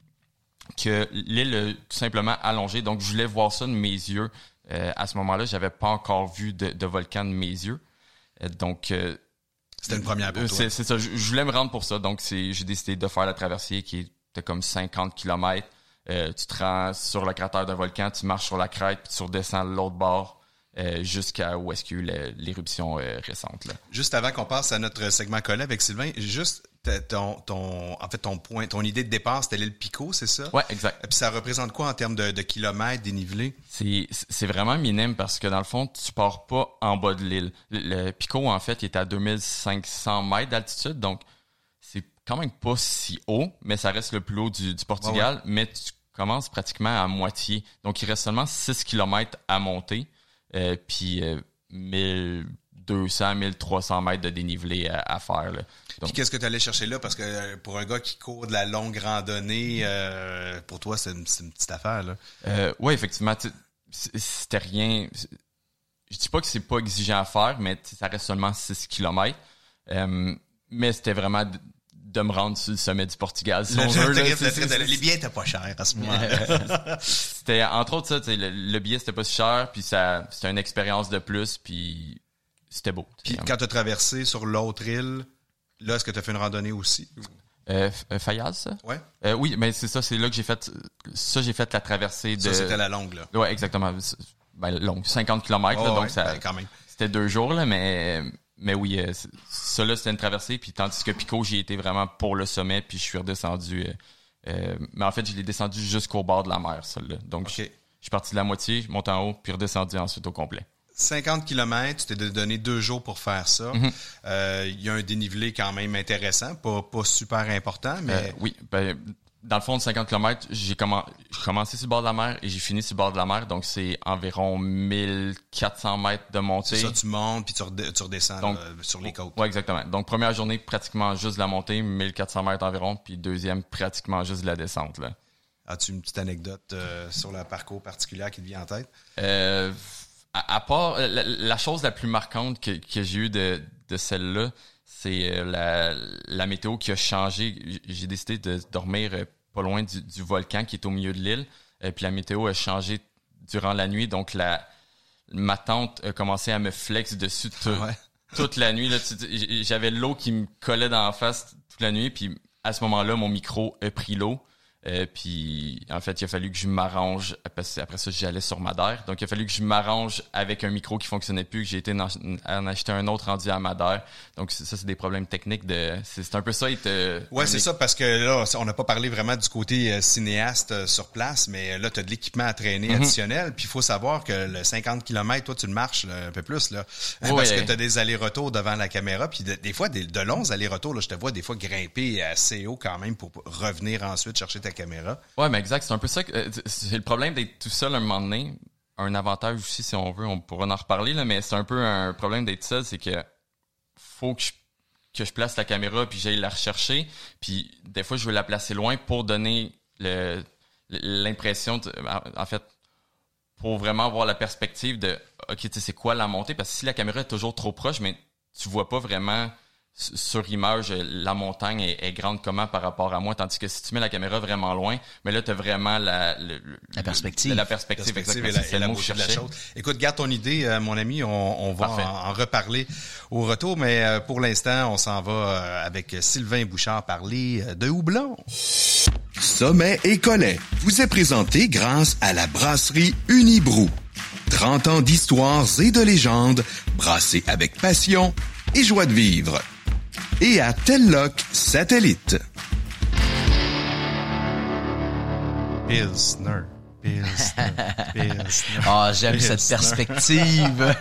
que l'île a tout simplement allongé. Donc, je voulais voir ça de mes yeux. Euh, à ce moment-là, j'avais pas encore vu de, de volcan de mes yeux. Euh, donc... Euh, C'était une première pour toi. C'est, c'est ça. Je, je voulais me rendre pour ça. Donc, c'est, j'ai décidé de faire la traversée qui était comme cinquante kilomètres. Euh, tu te rends sur le cratère d'un volcan, tu marches sur la crête, puis tu redescends de l'autre bord euh, jusqu'à où est-ce qu'il y a eu l'éruption euh, récente. Là. Juste avant qu'on passe à notre segment collet avec Sylvain, juste ton, ton, en fait, ton point, ton idée de départ, c'était l'île Pico, c'est ça? Ouais, exact. Et puis ça représente quoi en termes de, de kilomètres dénivelés? C'est, c'est vraiment minime parce que dans le fond, tu pars pas en bas de l'île. Le, le Pico, en fait, il est à deux mille cinq cents mètres d'altitude, donc c'est quand même pas si haut, mais ça reste le plus haut du, du Portugal, ouais, ouais. Mais tu commences pratiquement à moitié. Donc, il reste seulement six kilomètres à monter, euh, puis euh, mille deux cents, mille trois cents mètres de dénivelé à, à faire. Là. Donc, puis qu'est-ce que tu allais chercher là? Parce que pour un gars qui court de la longue randonnée, euh, pour toi, c'est une, c'est une petite affaire. Là. Euh, oui, effectivement. C'était rien... Je dis pas que c'est pas exigeant à faire, mais ça reste seulement six kilomètres. Euh, mais c'était vraiment... de me rendre sur le sommet du Portugal. Si le, on veut, le, là, le, c'est, c'est, le, les billets étaient pas chers à ce moment-là. C'était, entre autres, ça, le, le billet, c'était pas si cher, puis ça, c'était une expérience de plus, puis c'était beau. Puis quand tu as traversé sur l'autre île, là, est-ce que tu as fait une randonnée aussi? Euh, Fayal, ça? Ouais. Euh, oui, mais c'est ça, c'est là que j'ai fait, ça, j'ai fait la traversée de... Ça, c'était la longue, là. Ouais, exactement. Ben, longue, cinquante kilomètres, oh, là, donc ouais, ça... Ben, quand même. C'était deux jours, là, mais... Mais oui, euh, ça là, c'était une traversée, puis tandis que Pico, j'y étais vraiment pour le sommet, puis je suis redescendu. Euh, euh, mais en fait, je l'ai descendu jusqu'au bord de la mer, celle-là. Donc, okay. je, je suis parti de la moitié, je monte en haut, puis redescendu ensuite au complet. cinquante kilomètres, tu t'es donné deux jours pour faire ça. Il mm-hmm. euh, y a un dénivelé quand même intéressant, pas, pas super important, mais... Euh, oui, ben... Dans le fond de cinquante kilomètres, j'ai commen- commencé sur le bord de la mer et j'ai fini sur le bord de la mer. Donc, c'est environ mille quatre cents mètres de montée. C'est ça, tu montes puis tu, rede- tu redescends donc, là, sur les côtes. Oui, exactement. Donc, première journée, pratiquement juste de la montée, mille quatre cents mètres environ. Puis deuxième, pratiquement juste de la descente. Là. As-tu une petite anecdote euh, sur le parcours particulier qui te vient en tête? Euh, à, à part, la, la chose la plus marquante que, que j'ai eue de, de celle-là, c'est la, la météo qui a changé. J'ai décidé de dormir pas loin du, du volcan qui est au milieu de l'île. Et puis la météo a changé durant la nuit. Donc la, ma tante a commencé à me flex dessus tout, ouais. toute la nuit. Là, j'avais l'eau qui me collait dans la face toute la nuit. Puis à ce moment-là, mon micro a pris l'eau. Euh, puis en fait, il a fallu que je m'arrange. Parce que après ça, j'allais sur Madère. Donc il a fallu que je m'arrange avec un micro qui fonctionnait plus, que j'ai été en, en acheter un autre rendu à Madère. Donc ça, c'est des problèmes techniques de. C'est, c'est un peu ça. Te, ouais, c'est ça, parce que là, on n'a pas parlé vraiment du côté euh, cinéaste euh, sur place, mais là, tu as de l'équipement à traîner mm-hmm. additionnel. Puis il faut savoir que le cinquante kilomètres, toi, tu le marches là, un peu plus, là. Oui, parce que tu as des allers-retours devant la caméra. Puis de, des fois, des, de longs allers-retours, là, je te vois des fois grimper assez haut quand même pour revenir ensuite chercher ta caméra. Ouais, mais exact. C'est un peu ça. Que, euh, c'est le problème d'être tout seul un moment donné. Un avantage aussi, si on veut, on pourra en reparler, là, mais c'est un peu un problème d'être seul, c'est que faut que je que je place la caméra puis j'aille la rechercher. Puis des fois, je veux la placer loin pour donner le, l'impression, de, en fait, pour vraiment avoir la perspective de, OK, tu sais, c'est quoi la montée? Parce que si la caméra est toujours trop proche, mais tu vois pas vraiment sur image la montagne est, est grande comment par rapport à moi. Tandis que si tu mets la caméra vraiment loin, mais là, tu as vraiment la, le, la perspective. La perspective, perspective exactement. et la, et la beauté de la chose. Écoute, garde ton idée, euh, mon ami. On, on va en, en reparler au retour, mais euh, pour l'instant, on s'en va euh, avec Sylvain Bouchard parler euh, de houblon. Sommet et Collet vous est présenté grâce à la brasserie Unibrou. trente ans d'histoires et de légendes, brassées avec passion et joie de vivre. Et à Telloc Satellite. Pilsner, Pilsner, Pilsner. Ah, oh, j'aime Pilsner. cette perspective.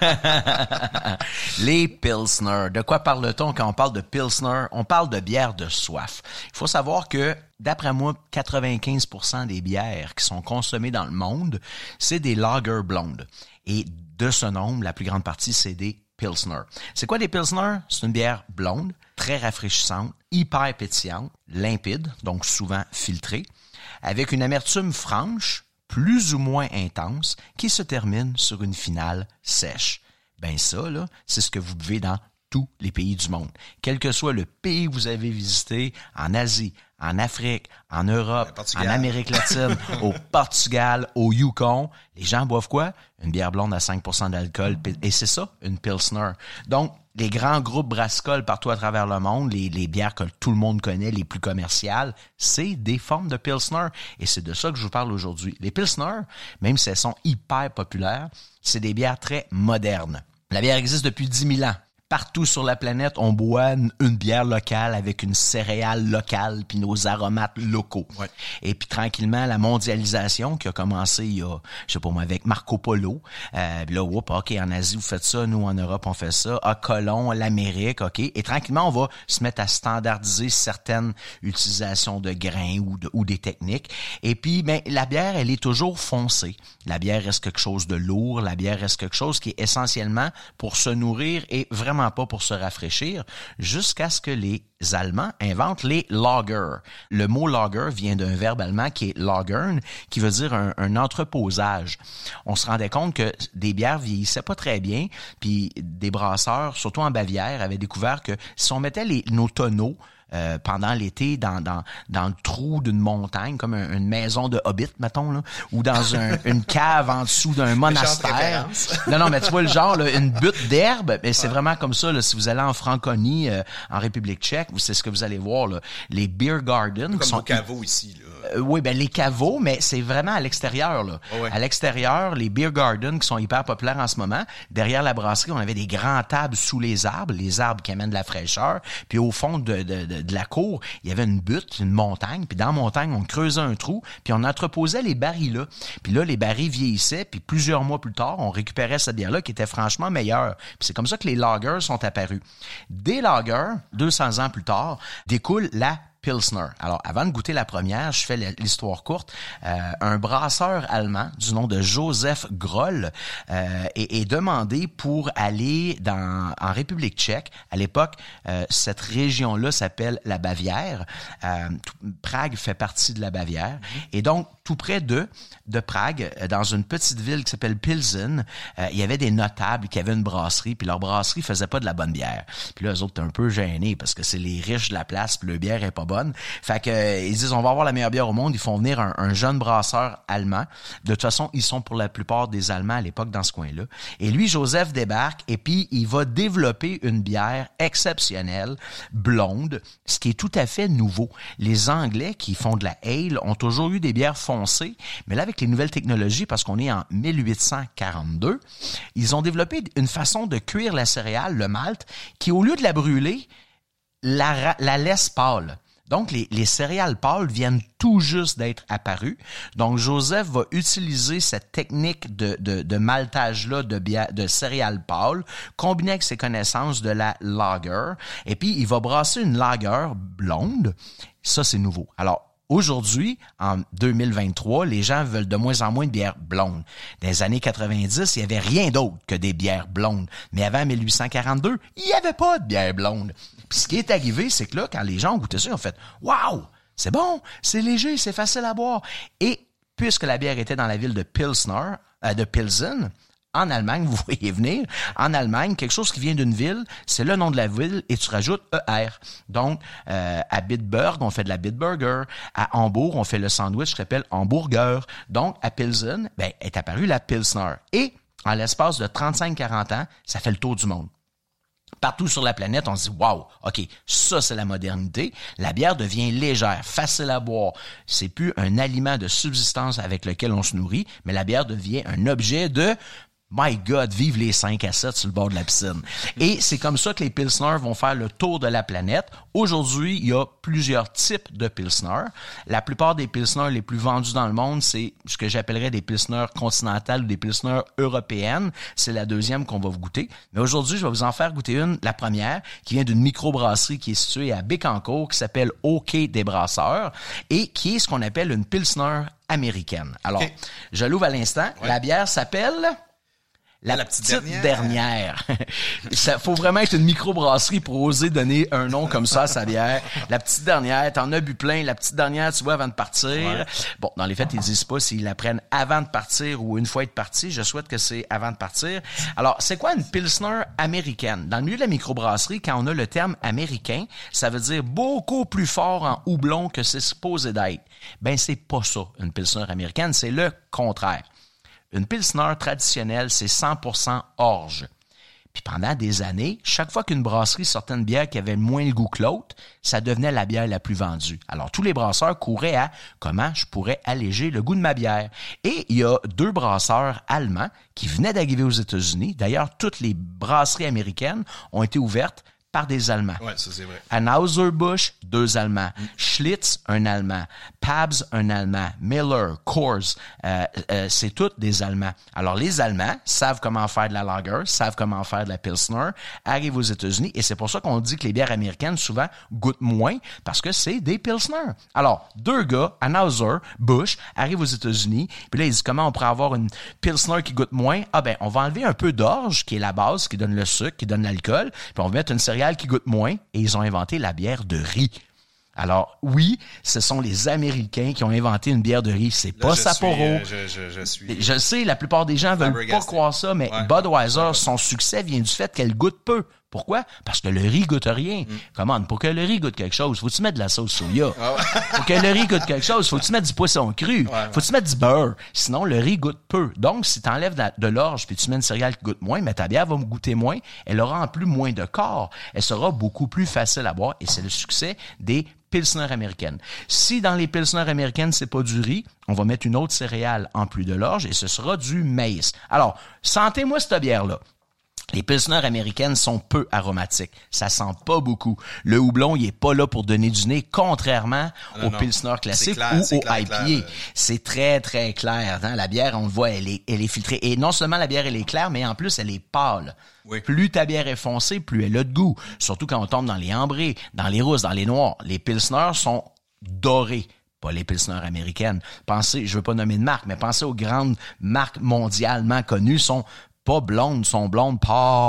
Les Pilsner. De quoi parle-t-on quand on parle de Pilsner? On parle de bière de soif. Il faut savoir que, d'après moi, quatre-vingt-quinze pour cent des bières qui sont consommées dans le monde, c'est des lager blondes. Et de ce nombre, la plus grande partie, c'est des Pilsner. C'est quoi des Pilsner? C'est une bière blonde, très rafraîchissante, hyper pétillante, limpide, donc souvent filtrée, avec une amertume franche, plus ou moins intense, qui se termine sur une finale sèche. Ben ça, là, c'est ce que vous buvez dans tous les pays du monde. Quel que soit le pays que vous avez visité, en Asie, en Afrique, en Europe, en Amérique latine, au Portugal, au Yukon, les gens boivent quoi? Une bière blonde à cinq pour cent d'alcool. Et c'est ça, une Pilsner. Donc, les grands groupes brassicoles partout à travers le monde, les, les bières que tout le monde connaît, les plus commerciales, c'est des formes de Pilsner. Et c'est de ça que je vous parle aujourd'hui. Les Pilsner, même si elles sont hyper populaires, c'est des bières très modernes. La bière existe depuis dix mille ans. Partout sur la planète, on boit une, une bière locale avec une céréale locale puis nos aromates locaux. Ouais. Et puis tranquillement, la mondialisation qui a commencé il y a, je sais pas moi, avec Marco Polo. Euh, là, whoop, OK, en Asie, vous faites ça. Nous, en Europe, on fait ça. À Colomb, l'Amérique, OK. Et tranquillement, on va se mettre à standardiser certaines utilisations de grains ou, de, ou des techniques. Et puis, ben, la bière, elle est toujours foncée. La bière reste quelque chose de lourd. La bière reste quelque chose qui est essentiellement pour se nourrir et vraiment pas pour se rafraîchir, jusqu'à ce que les Allemands inventent les lagers. Le mot lager vient d'un verbe allemand qui est lagern, qui veut dire un, un entreposage. On se rendait compte que des bières vieillissaient pas très bien, puis des brasseurs, surtout en Bavière, avaient découvert que si on mettait les, nos tonneaux Euh, pendant l'été dans dans dans le trou d'une montagne comme un, une maison de hobbit mettons là, ou dans un, une cave en dessous d'un monastère. Non non mais tu vois le genre là, une butte d'herbe, mais c'est ouais. Vraiment comme ça là, si vous allez en Franconie euh, en République tchèque, c'est ce que vous allez voir là, les beer gardens comme qui sont nos caveaux ici là. Euh, oui, ben les caveaux, mais c'est vraiment à l'extérieur là. Oh ouais. À l'extérieur, les beer gardens qui sont hyper populaires en ce moment, derrière la brasserie, on avait des grands tables sous les arbres, les arbres qui amènent de la fraîcheur, puis au fond de de, de de la cour, il y avait une butte, une montagne, puis dans la montagne, on creusait un trou, puis on entreposait les barils là. Puis là, les barils vieillissaient, puis plusieurs mois plus tard, on récupérait cette bière-là qui était franchement meilleure. Puis c'est comme ça que les lagers sont apparus. Des lagers, deux cents ans plus tard, découle la Pilsner. Alors, avant de goûter la première, je fais l'histoire courte. Euh, un brasseur allemand du nom de Joseph Groll euh, est, est demandé pour aller dans en République tchèque. À l'époque, euh, cette région-là s'appelle la Bavière. Euh, Prague fait partie de la Bavière. Et donc, tout près de, de Prague, dans une petite ville qui s'appelle Pilsen, euh, il y avait des notables qui avaient une brasserie, puis leur brasserie faisait pas de la bonne bière. Puis là, eux autres, étaient un peu gênés parce que c'est les riches de la place, puis leur bière est pas bonne. Fait que euh, ils disent, on va avoir la meilleure bière au monde, ils font venir un, un jeune brasseur allemand. De toute façon, ils sont pour la plupart des Allemands à l'époque dans ce coin-là. Et lui, Joseph débarque, et puis il va développer une bière exceptionnelle, blonde, ce qui est tout à fait nouveau. Les Anglais qui font de la ale ont toujours eu des bières foncées, mais là, avec les nouvelles technologies, parce qu'on est en mille huit cent quarante-deux, ils ont développé une façon de cuire la céréale, le malt, qui, au lieu de la brûler, la, la laisse pâle. Donc, les, les céréales pâles viennent tout juste d'être apparues. Donc, Joseph va utiliser cette technique de, de, de maltage-là de, bière, de céréales pâles, combinée avec ses connaissances de la lager. Et puis, il va brasser une lager blonde. Ça, c'est nouveau. Alors, Aujourd'hui, en deux mille vingt-trois, les gens veulent de moins en moins de bières blondes. Dans les années quatre-vingt-dix, il y avait rien d'autre que des bières blondes. Mais avant mille huit cent quarante-deux, il y avait pas de bière blonde. Puis ce qui est arrivé, c'est que là, quand les gens ont goûté ça, ils ont fait « Wow! C'est bon! C'est léger, c'est facile à boire! » Et puisque la bière était dans la ville de Pilsner, euh, de Pilsen, en Allemagne, vous voyez venir, en Allemagne, quelque chose qui vient d'une ville, c'est le nom de la ville et tu rajoutes E R. Donc, euh, à Bitburg, on fait de la Bitburger. À Hambourg, on fait le sandwich qui s'appelle hamburger. Donc, à Pilsen, ben, est apparue la Pilsner. Et, en l'espace de trente-cinq à quarante ans, ça fait le tour du monde. Partout sur la planète, on se dit « Wow, OK, ça, c'est la modernité. La bière devient légère, facile à boire. C'est plus un aliment de subsistance avec lequel on se nourrit, mais la bière devient un objet de... My God, vive les cinq à sept sur le bord de la piscine. » Et c'est comme ça que les Pilsner vont faire le tour de la planète. Aujourd'hui, il y a plusieurs types de Pilsner. La plupart des Pilsner les plus vendus dans le monde, c'est ce que j'appellerais des Pilsner continentales ou des Pilsner européennes. C'est la deuxième qu'on va vous goûter. Mais aujourd'hui, je vais vous en faire goûter une, la première, qui vient d'une microbrasserie qui est située à Bécancour, qui s'appelle Au Quai des Brasseurs et qui est ce qu'on appelle une Pilsner américaine. Alors, okay. Je l'ouvre à l'instant. Ouais. La bière s'appelle... La, la petite, petite dernière. dernière. Ça faut vraiment être une microbrasserie pour oser donner un nom comme ça à sa bière. La petite dernière, t'en as bu plein. La petite dernière, tu vois, avant de partir. Ouais. Bon, dans les faits, ils disent pas s'ils la prennent avant de partir ou une fois être parti. Je souhaite que c'est avant de partir. Alors, c'est quoi une Pilsner américaine? Dans le milieu de la microbrasserie, quand on a le terme américain, ça veut dire beaucoup plus fort en houblon que c'est supposé d'être. Ben, c'est pas ça, une Pilsner américaine. C'est le contraire. Une Pilsner traditionnelle, c'est cent pour cent orge. Puis pendant des années, chaque fois qu'une brasserie sortait une bière qui avait moins le goût que l'autre, ça devenait la bière la plus vendue. Alors, tous les brasseurs couraient à « comment je pourrais alléger le goût de ma bière ?» Et il y a deux brasseurs allemands qui venaient d'arriver aux États-Unis. D'ailleurs, toutes les brasseries américaines ont été ouvertes par des Allemands. Ouais, ça c'est vrai. Anheuser-Busch, deux Allemands. Mm. Schlitz, un Allemand. Pabst, un Allemand. Miller, Coors, euh, euh, c'est tous des Allemands. Alors, les Allemands savent comment faire de la lager, savent comment faire de la Pilsner, arrivent aux États-Unis, et c'est pour ça qu'on dit que les bières américaines, souvent, goûtent moins, parce que c'est des Pilsner. Alors, deux gars, Anheuser-Busch, arrivent aux États-Unis, puis là, ils disent comment on pourrait avoir une Pilsner qui goûte moins. Ah ben, on va enlever un peu d'orge, qui est la base, qui donne le sucre, qui donne l'alcool, puis on va mettre une céréale qui goûte moins, et ils ont inventé la bière de riz. Alors, oui, ce sont les Américains qui ont inventé une bière de riz. C'est Là, pas je Sapporo. Suis, euh, je, je, je, suis... je sais, la plupart des gens veulent pas croire ça, mais ouais. Budweiser, son succès vient du fait qu'elle goûte peu. Pourquoi? Parce que le riz goûte rien. Mm. Comment? Pour que le riz goûte quelque chose, faut-tu mettre de la sauce soya? Ah ouais. Pour que le riz goûte quelque chose, faut-tu mettre du poisson cru? Ouais, ouais. Faut-tu mettre du beurre? Sinon, le riz goûte peu. Donc, si tu enlèves de l'orge puis tu mets une céréale qui goûte moins, mais ta bière va me goûter moins, elle aura en plus moins de corps. Elle sera beaucoup plus facile à boire et c'est le succès des Pilsner américaines. Si dans les Pilsner américaines, c'est pas du riz, on va mettre une autre céréale en plus de l'orge et ce sera du maïs. Alors, sentez-moi cette bière-là. Les Pilsner américaines sont peu aromatiques. Ça sent pas beaucoup. Le houblon, il est pas là pour donner du nez, contrairement non, aux non. Pilsner classiques clair, ou aux clair, I P A. Clair, c'est très, très clair. Hein? La bière, on le voit, elle est, elle est filtrée. Et non seulement la bière, elle est claire, mais en plus, elle est pâle. Oui. Plus ta bière est foncée, plus elle a de goût. Surtout quand on tombe dans les ambrés, dans les rousses, dans les noirs. Les Pilsner sont dorés. Pas les Pilsner américaines. Pensez, je veux pas nommer de marque, mais pensez aux grandes marques mondialement connues, sont pas blondes, sont blondes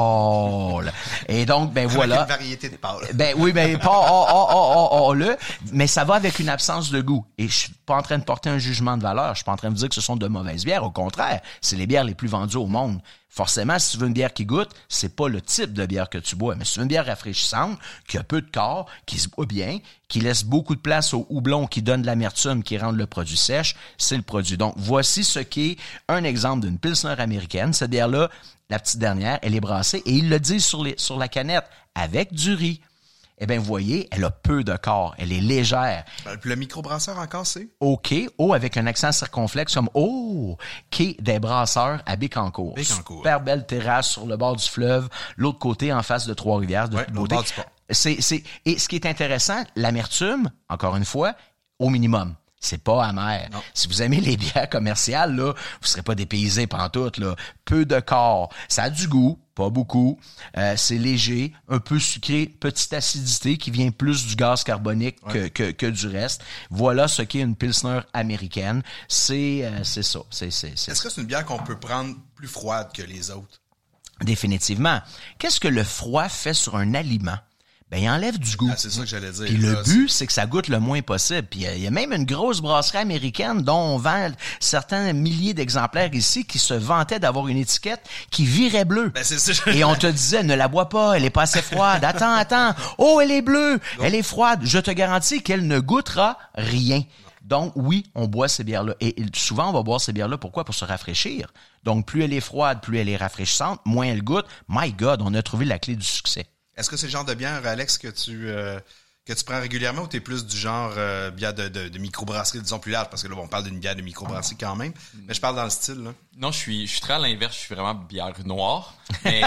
pâles. Et donc, ben voilà. Avec une variété de pâles. Ben oui, ben pas oh, oh, oh, oh, oh, le, mais ça va avec une absence de goût. Et je suis pas en train de porter un jugement de valeur. Je suis pas en train de dire que ce sont de mauvaises bières. Au contraire, c'est les bières les plus vendues au monde. Forcément, si tu veux une bière qui goûte, c'est pas le type de bière que tu bois. Mais si tu veux une bière rafraîchissante, qui a peu de corps, qui se boit bien, qui laisse beaucoup de place au houblon, qui donne de l'amertume, qui rend le produit sèche, c'est le produit. Donc, voici ce qui est un exemple d'une Pilsner américaine. Cette bière-là, la petite dernière, elle est brassée et ils le disent sur, les, sur la canette, avec du riz. Eh bien, vous voyez, elle a peu de corps. Elle est légère. Le microbrasseur encore, c'est? OK. O avec un accent circonflexe comme O. Quai des brasseurs à Bécancour. Bécancour. Super belle terrasse sur le bord du fleuve. L'autre côté, en face de Trois-Rivières. De ouais, l'autre bord du pont. C'est, c'est, et ce qui est intéressant, l'amertume, encore une fois, au minimum. C'est pas amer. Non. Si vous aimez les bières commerciales, là, vous serez pas dépaysés pantoute, là. Peu de corps. Ça a du goût, pas beaucoup. Euh, c'est léger, un peu sucré, petite acidité qui vient plus du gaz carbonique ouais. que, que, que du reste. Voilà ce qu'est une Pilsner américaine. C'est, euh, c'est ça. C'est, c'est, c'est Est-ce que c'est une bière qu'on peut prendre plus froide que les autres? Définitivement. Qu'est-ce que le froid fait sur un aliment? Ben, il enlève du goût. Ah, c'est ça que j'allais dire. Puis le là, but, c'est... c'est que ça goûte le moins possible. Puis il y a même une grosse brasserie américaine dont on vend certains milliers d'exemplaires ici qui se vantaient d'avoir une étiquette qui virait bleue. Ben, c'est ça. Et on te disait, ne la bois pas, elle est pas assez froide. Attends, attends. Oh, elle est bleue, non. Elle est froide. Je te garantis qu'elle ne goûtera rien. Donc, oui, on boit ces bières-là. Et souvent, on va boire ces bières-là. Pourquoi? Pour se rafraîchir. Donc, plus elle est froide, plus elle est rafraîchissante, moins elle goûte. My God, on a trouvé la clé du succès. Est-ce que c'est le genre de bière, Alex, que tu euh, que tu prends régulièrement ou t'es plus du genre euh, bière de, de, de microbrasserie, disons plus large, parce que là, on parle d'une bière de microbrasserie quand même, mais je parle dans le style, là. Non, je suis je suis très à l'inverse, je suis vraiment bière noire, mais,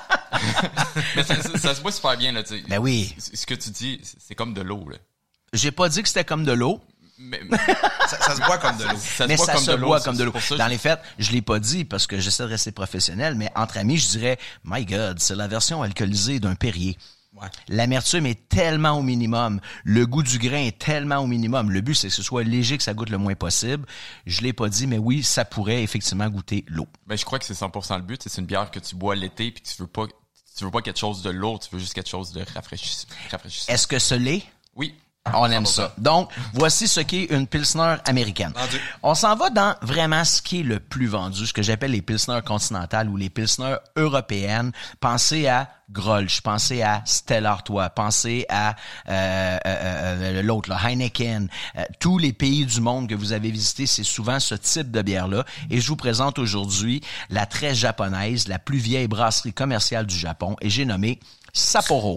mais ça, ça, ça se boit super bien, là, tu sais. Ben oui. Ce que tu dis, c'est comme de l'eau, là. J'ai pas dit que c'était comme de l'eau. Mais, ça, ça se boit comme de l'eau. Ça mais se boit ça comme se de boit comme de l'eau. Dans les faits, je l'ai pas dit parce que j'essaie de rester professionnel, mais entre amis, je dirais, my God, c'est la version alcoolisée d'un Perrier. Ouais. L'amertume est tellement au minimum. Le goût du grain est tellement au minimum. Le but, c'est que ce soit léger, que ça goûte le moins possible. Je l'ai pas dit, mais oui, ça pourrait effectivement goûter l'eau. Ben, je crois que c'est cent pour cent le but. C'est une bière que tu bois l'été puis tu veux pas, tu veux pas quelque chose de lourd, tu veux juste quelque chose de rafraîchissant. Est-ce que ce l'est? Oui. On aime ça. Donc, voici ce qu'est une Pilsner américaine. Vendu. On s'en va dans vraiment ce qui est le plus vendu, ce que j'appelle les Pilsner continentales ou les Pilsner européennes. Pensez à Grolsch, pensez à Stella Artois, pensez à euh, euh, euh, l'autre, là, Heineken. Euh, tous les pays du monde que vous avez visités, c'est souvent ce type de bière-là. Et je vous présente aujourd'hui la très japonaise, la plus vieille brasserie commerciale du Japon. Et j'ai nommé Sapporo.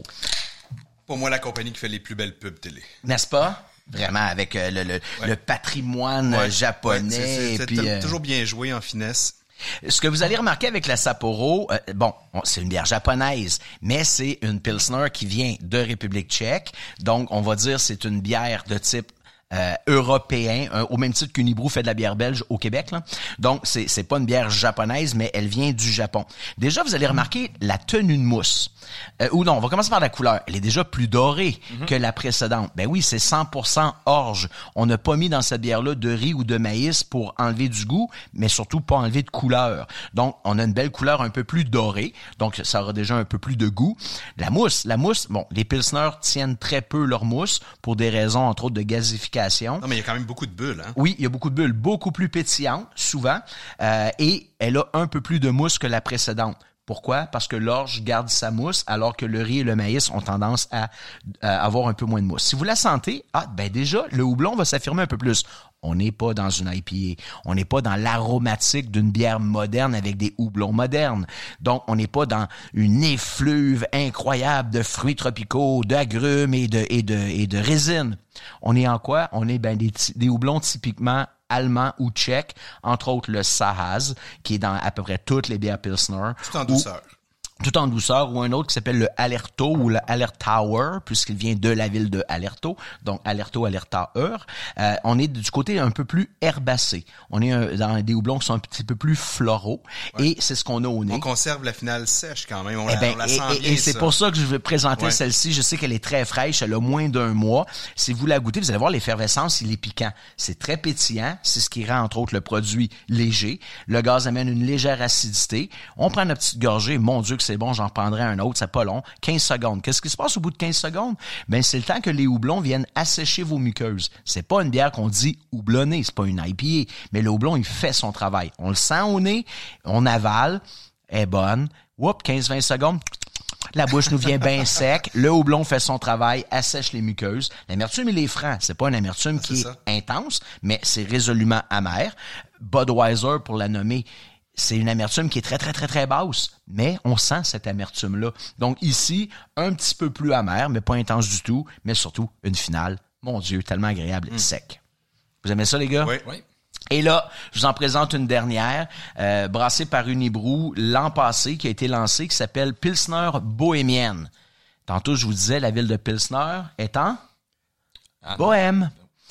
Pour moi, la compagnie qui fait les plus belles pubs télé. N'est-ce pas? Vraiment, avec euh, le, le, ouais. le patrimoine ouais. japonais. Ouais, c'est, c'est, puis, c'est euh, toujours bien joué en finesse. Ce que vous allez remarquer avec la Sapporo, euh, bon, c'est une bière japonaise, mais c'est une Pilsner qui vient de République tchèque. Donc, on va dire c'est une bière de type Euh, européen, euh, au même titre qu'Unibrou fait de la bière belge au Québec, là. Donc, c'est, c'est pas une bière japonaise, mais elle vient du Japon. Déjà, vous allez remarquer la tenue de mousse. Euh, ou non, on va commencer par la couleur. Elle est déjà plus dorée mm-hmm. que la précédente. Ben oui, c'est cent pour cent orge. On n'a pas mis dans cette bière-là de riz ou de maïs pour enlever du goût, mais surtout pas enlever de couleur. Donc, on a une belle couleur un peu plus dorée. Donc, ça aura déjà un peu plus de goût. La mousse, la mousse, bon, les Pilsner tiennent très peu leur mousse pour des raisons, entre autres, de gazification. Non, mais il y a quand même beaucoup de bulles, hein? Oui, il y a beaucoup de bulles, beaucoup plus pétillantes, souvent, euh, et elle a un peu plus de mousse que la précédente. Pourquoi? Parce que l'orge garde sa mousse, alors que le riz et le maïs ont tendance à, à avoir un peu moins de mousse. Si vous la sentez, ah, ben déjà, le houblon va s'affirmer un peu plus. On n'est pas dans une I P A. On n'est pas dans l'aromatique d'une bière moderne avec des houblons modernes. Donc, on n'est pas dans une effluve incroyable de fruits tropicaux, d'agrumes et de, et de, et de résine. On est en quoi? On est ben des, des houblons typiquement allemand ou tchèque, entre autres le Sahaz, qui est dans à peu près toutes les bières Pilsner. Tout en douceur. Ou, tout en douceur, ou un autre qui s'appelle le Alerto ou le Alertauer, puisqu'il vient de la ville de Alerto, donc Alerto, Alertauer. Euh, on est du côté un peu plus herbacé. On est un, dans des houblons qui sont un petit peu plus floraux, ouais. Et c'est ce qu'on a au nez. On conserve la finale sèche quand même, on, eh la, ben, on la et, sent et, bien, et c'est ça. pour ça que je vais présenter ouais. celle-ci. Je sais qu'elle est très fraîche, elle a moins d'un mois. Si vous la goûtez, vous allez voir l'effervescence, il est piquant. C'est très pétillant, c'est ce qui rend entre autres le produit léger. Le gaz amène une légère acidité. On prend notre petite gorgée, mon Dieu que c'est bon, j'en prendrai un autre, c'est pas long, quinze secondes. Qu'est-ce qui se passe au bout de quinze secondes? Ben, c'est le temps que les houblons viennent assécher vos muqueuses. C'est pas une bière qu'on dit houblonnée, c'est pas une I P A, mais le houblon, il fait son travail. On le sent au nez, on avale, elle est bonne, whoop, quinze vingt secondes, la bouche nous vient bien sec, le houblon fait son travail, assèche les muqueuses. L'amertume, il est franc. C'est pas une amertume ah, qui est, est intense, mais c'est résolument amer. Budweiser, pour la nommer, c'est une amertume qui est très, très, très, très basse, mais on sent cette amertume-là. Donc ici, un petit peu plus amer, mais pas intense du tout, mais surtout une finale, mon Dieu, tellement agréable et mmh. sec. Vous aimez ça, les gars? Oui, oui. Et là, je vous en présente une dernière, euh, brassée par Unibrou l'an passé, qui a été lancée, qui s'appelle Pilsner Bohémienne. Tantôt, je vous disais, la ville de Pilsner est en ah, Bohème.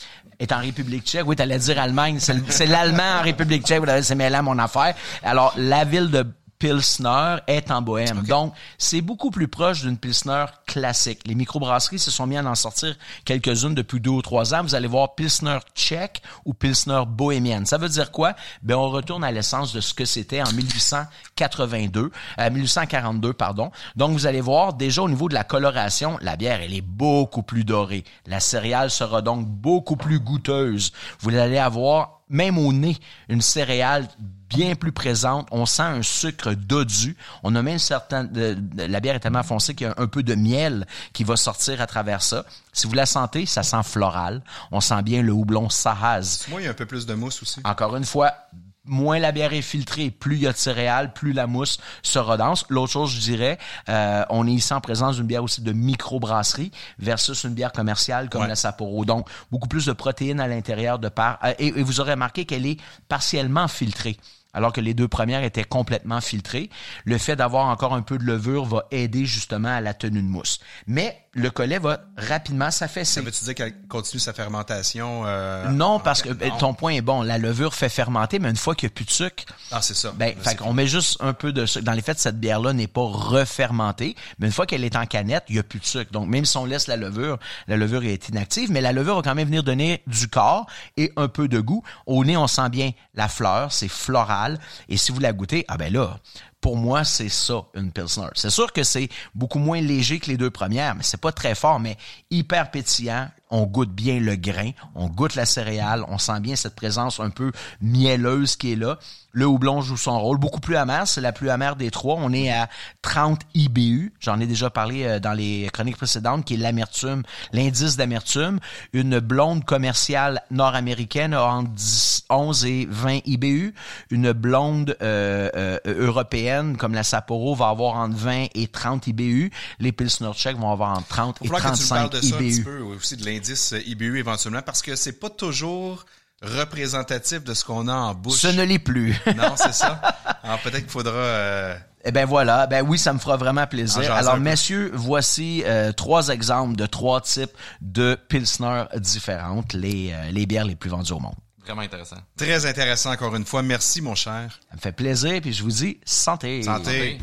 est en République tchèque. Oui, t'allais dire Allemagne. C'est, c'est l'Allemand en République tchèque. C'est mêlant mon affaire. Alors, la ville de Pilsner est en Bohème. Okay. Donc, c'est beaucoup plus proche d'une Pilsner classique. Les microbrasseries se sont mis à en sortir quelques-unes depuis deux ou trois ans. Vous allez voir Pilsner tchèque ou Pilsner bohémienne. Ça veut dire quoi? Ben, on retourne à l'essence de ce que c'était en mille huit cent quatre-vingt-deux, euh, mille huit cent quarante-deux, pardon. Donc, vous allez voir, déjà au niveau de la coloration, la bière, elle est beaucoup plus dorée. La céréale sera donc beaucoup plus goûteuse. Vous allez avoir, même au nez, une céréale bien plus présente. On sent un sucre dodu. On a même certain, de, de, la bière est tellement foncée qu'il y a un, un peu de miel qui va sortir à travers ça. Si vous la sentez, ça sent floral. On sent bien le houblon Sahaz. Moi, il y a un peu plus de mousse aussi. Encore une fois, moins la bière est filtrée, plus il y a de céréales, plus la mousse sera dense. L'autre chose, je dirais, euh, on est ici en présence d'une bière aussi de microbrasserie versus une bière commerciale comme ouais. la Sapporo. Donc, beaucoup plus de protéines à l'intérieur de part. Euh, et, et vous aurez remarqué qu'elle est partiellement filtrée, alors que les deux premières étaient complètement filtrées. Le fait d'avoir encore un peu de levure va aider justement à la tenue de mousse. Mais le collet va rapidement s'affaisser. Ça veut-tu dire qu'elle continue sa fermentation? Euh, non, parce que non. Ton point est bon. La levure fait fermenter, mais une fois qu'il n'y a plus de sucre... Ah, c'est ça. Ben, fait qu'on met juste un peu de sucre. Dans les faits, cette bière-là n'est pas refermentée, mais une fois qu'elle est en canette, il n'y a plus de sucre. Donc, même si on laisse la levure, la levure est inactive, mais la levure va quand même venir donner du corps et un peu de goût. Au nez, on sent bien la fleur, c'est floral. Et si vous la goûtez, ah ben là... Pour moi, c'est ça, une Pilsner. C'est sûr que c'est beaucoup moins léger que les deux premières, mais c'est pas très fort, mais hyper pétillant. On goûte bien le grain, on goûte la céréale, on sent bien cette présence un peu mielleuse qui est là. Le houblon joue son rôle, beaucoup plus amer, c'est la plus amère des trois. On est à trente I B U, j'en ai déjà parlé dans les chroniques précédentes, qui est l'amertume, l'indice d'amertume. Une blonde commerciale nord-américaine a entre dix, onze et vingt I B U. Une blonde euh, euh, européenne, comme la Sapporo, va avoir entre vingt et trente I B U. Les Pilsner tchèques vont avoir entre trente et trente-cinq I B U. Il faut que tu me parles de ça un petit peu, aussi de l'indice I B U éventuellement, parce que c'est pas toujours représentatif de ce qu'on a en bouche. Ce ne l'est plus. Non, c'est ça. Alors peut-être qu'il faudra... Euh... Eh ben voilà, ben oui, ça me fera vraiment plaisir. Alors messieurs, voici euh, trois exemples de trois types de Pilsner différentes, les, euh, les bières les plus vendues au monde. Vraiment intéressant. Très intéressant encore une fois. Merci mon cher. Ça me fait plaisir, puis je vous dis santé. Santé. santé.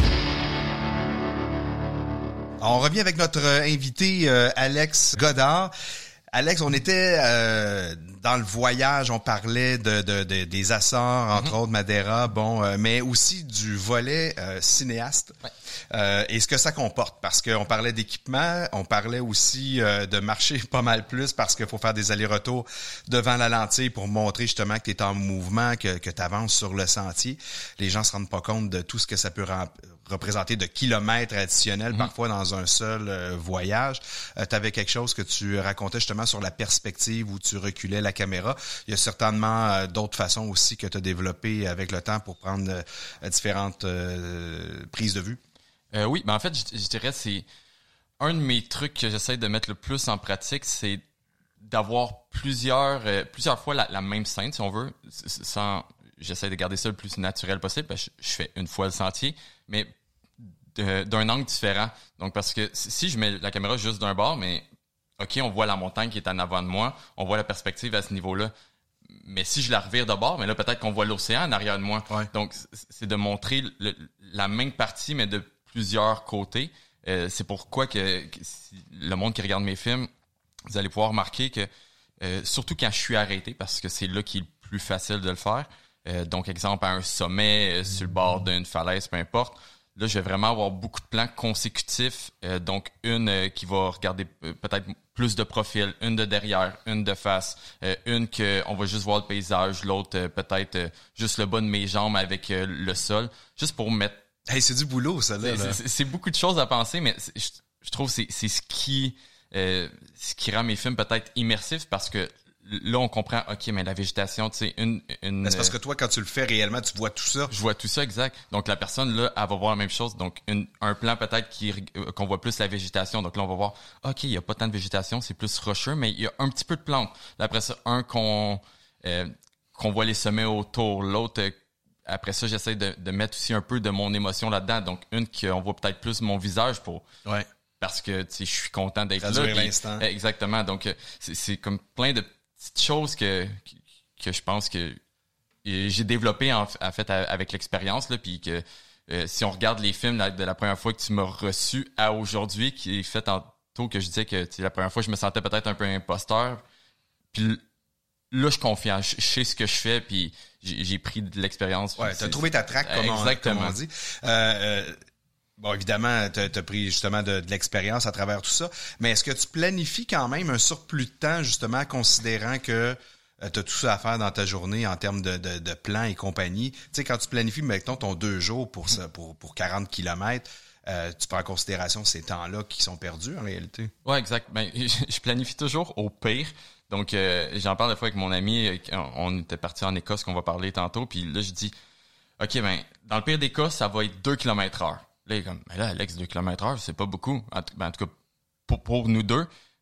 On revient avec notre invité euh, Alex Godard. Alex, on était euh, dans le voyage, on parlait de, de, de des Açores, entre mm-hmm. autres Madeira, bon, euh, mais aussi du volet euh, cinéaste ouais. euh, et ce que ça comporte, parce qu'on parlait d'équipement, on parlait aussi euh, de marcher pas mal plus parce qu'il faut faire des allers-retours devant la lentille pour montrer justement que tu es en mouvement, que, que tu avances sur le sentier. Les gens se rendent pas compte de tout ce que ça peut rem- représenter de kilomètres additionnels mm-hmm. parfois dans un seul euh, voyage. Euh, tu avais quelque chose que tu racontais justement sur la perspective où tu reculais la caméra. Il y a certainement euh, d'autres façons aussi que tu as développées avec le temps pour prendre euh, différentes euh, prises de vue. Euh, oui, ben en fait, je, je dirais c'est un de mes trucs que j'essaie de mettre le plus en pratique, c'est d'avoir plusieurs euh, plusieurs fois la, la même scène, si on veut, sans j'essaie de garder ça le plus naturel possible. Parce que je, je fais une fois le sentier, mais de, d'un angle différent. Donc parce que si je mets la caméra juste d'un bord, mais OK, on voit la montagne qui est en avant de moi, on voit la perspective à ce niveau-là. Mais si je la revire de bord, mais là, peut-être qu'on voit l'océan en arrière de moi. Ouais. Donc, c'est de montrer le, la même partie, mais de plusieurs côtés. Euh, c'est pourquoi que, que si le monde qui regarde mes films, vous allez pouvoir remarquer que, euh, surtout quand je suis arrêté, parce que c'est là qu'il est le plus facile de le faire. Euh, donc, exemple, à un sommet, euh, sur le bord d'une falaise, peu importe. Là, je vais vraiment avoir beaucoup de plans consécutifs. Euh, donc, une euh, qui va regarder euh, peut-être plus de profil, une de derrière, une de face, euh, une que on va juste voir le paysage, l'autre euh, peut-être euh, juste le bas de mes jambes avec euh, le sol, juste pour mettre... Hey, c'est du boulot, ça, là. C'est, c'est, c'est beaucoup de choses à penser, mais c'est, je, je trouve que c'est, c'est ce qui, euh, ce qui rend mes films peut-être immersifs parce que là, on comprend, OK, mais la végétation, tu sais, une... une mais c'est parce que toi, quand tu le fais réellement, tu vois tout ça. Je vois tout ça, exact. Donc, la personne, là, elle va voir la même chose. Donc, une, un plan peut-être qui, qu'on voit plus la végétation. Donc là, on va voir, OK, il n'y a pas tant de végétation, c'est plus rocheux, mais il y a un petit peu de plantes. Là, après ça, un qu'on, euh, qu'on voit les sommets autour. L'autre, euh, après ça, j'essaie de, de mettre aussi un peu de mon émotion là-dedans. Donc, une qu'on voit peut-être plus mon visage pour... Ouais. Parce que, tu sais, je suis content d'être ça là. Dure l'instant. Exactement. Donc, c'est, c'est comme plein de petite chose que, que je pense que j'ai développé en, en fait avec l'expérience, là, puis que euh, si on regarde les films là, de la première fois que tu m'as reçu à aujourd'hui, qui est fait tantôt que je disais que la première fois je me sentais peut-être un peu imposteur, puis là je confie, je, je sais ce que je fais, puis j'ai, j'ai pris de l'expérience. Ouais, t'as trouvé ta traque, comme on, comme on dit. Euh, euh, bon, évidemment, t'as, t'as pris justement de, de l'expérience à travers tout ça, mais est-ce que tu planifies quand même un surplus de temps, justement, considérant que euh, t'as tout ça à faire dans ta journée en termes de, de, de plans et compagnie? Tu sais, quand tu planifies, mettons, ton deux jours pour ça, pour, pour quarante kilomètres, euh, tu prends en considération ces temps-là qui sont perdus, en réalité? Ouais, exact. Ben, je, je planifie toujours au pire. Donc, euh, j'en parle des fois avec mon ami. On était parti en Écosse, qu'on va parler tantôt. Puis là, je dis, OK, ben, dans le pire des cas, ça va être deux kilomètres heure. Là, il est comme, mais là, Alex, deux kilomètres heure, c'est pas beaucoup. En tout, ben, en tout cas, pour, pour nous deux.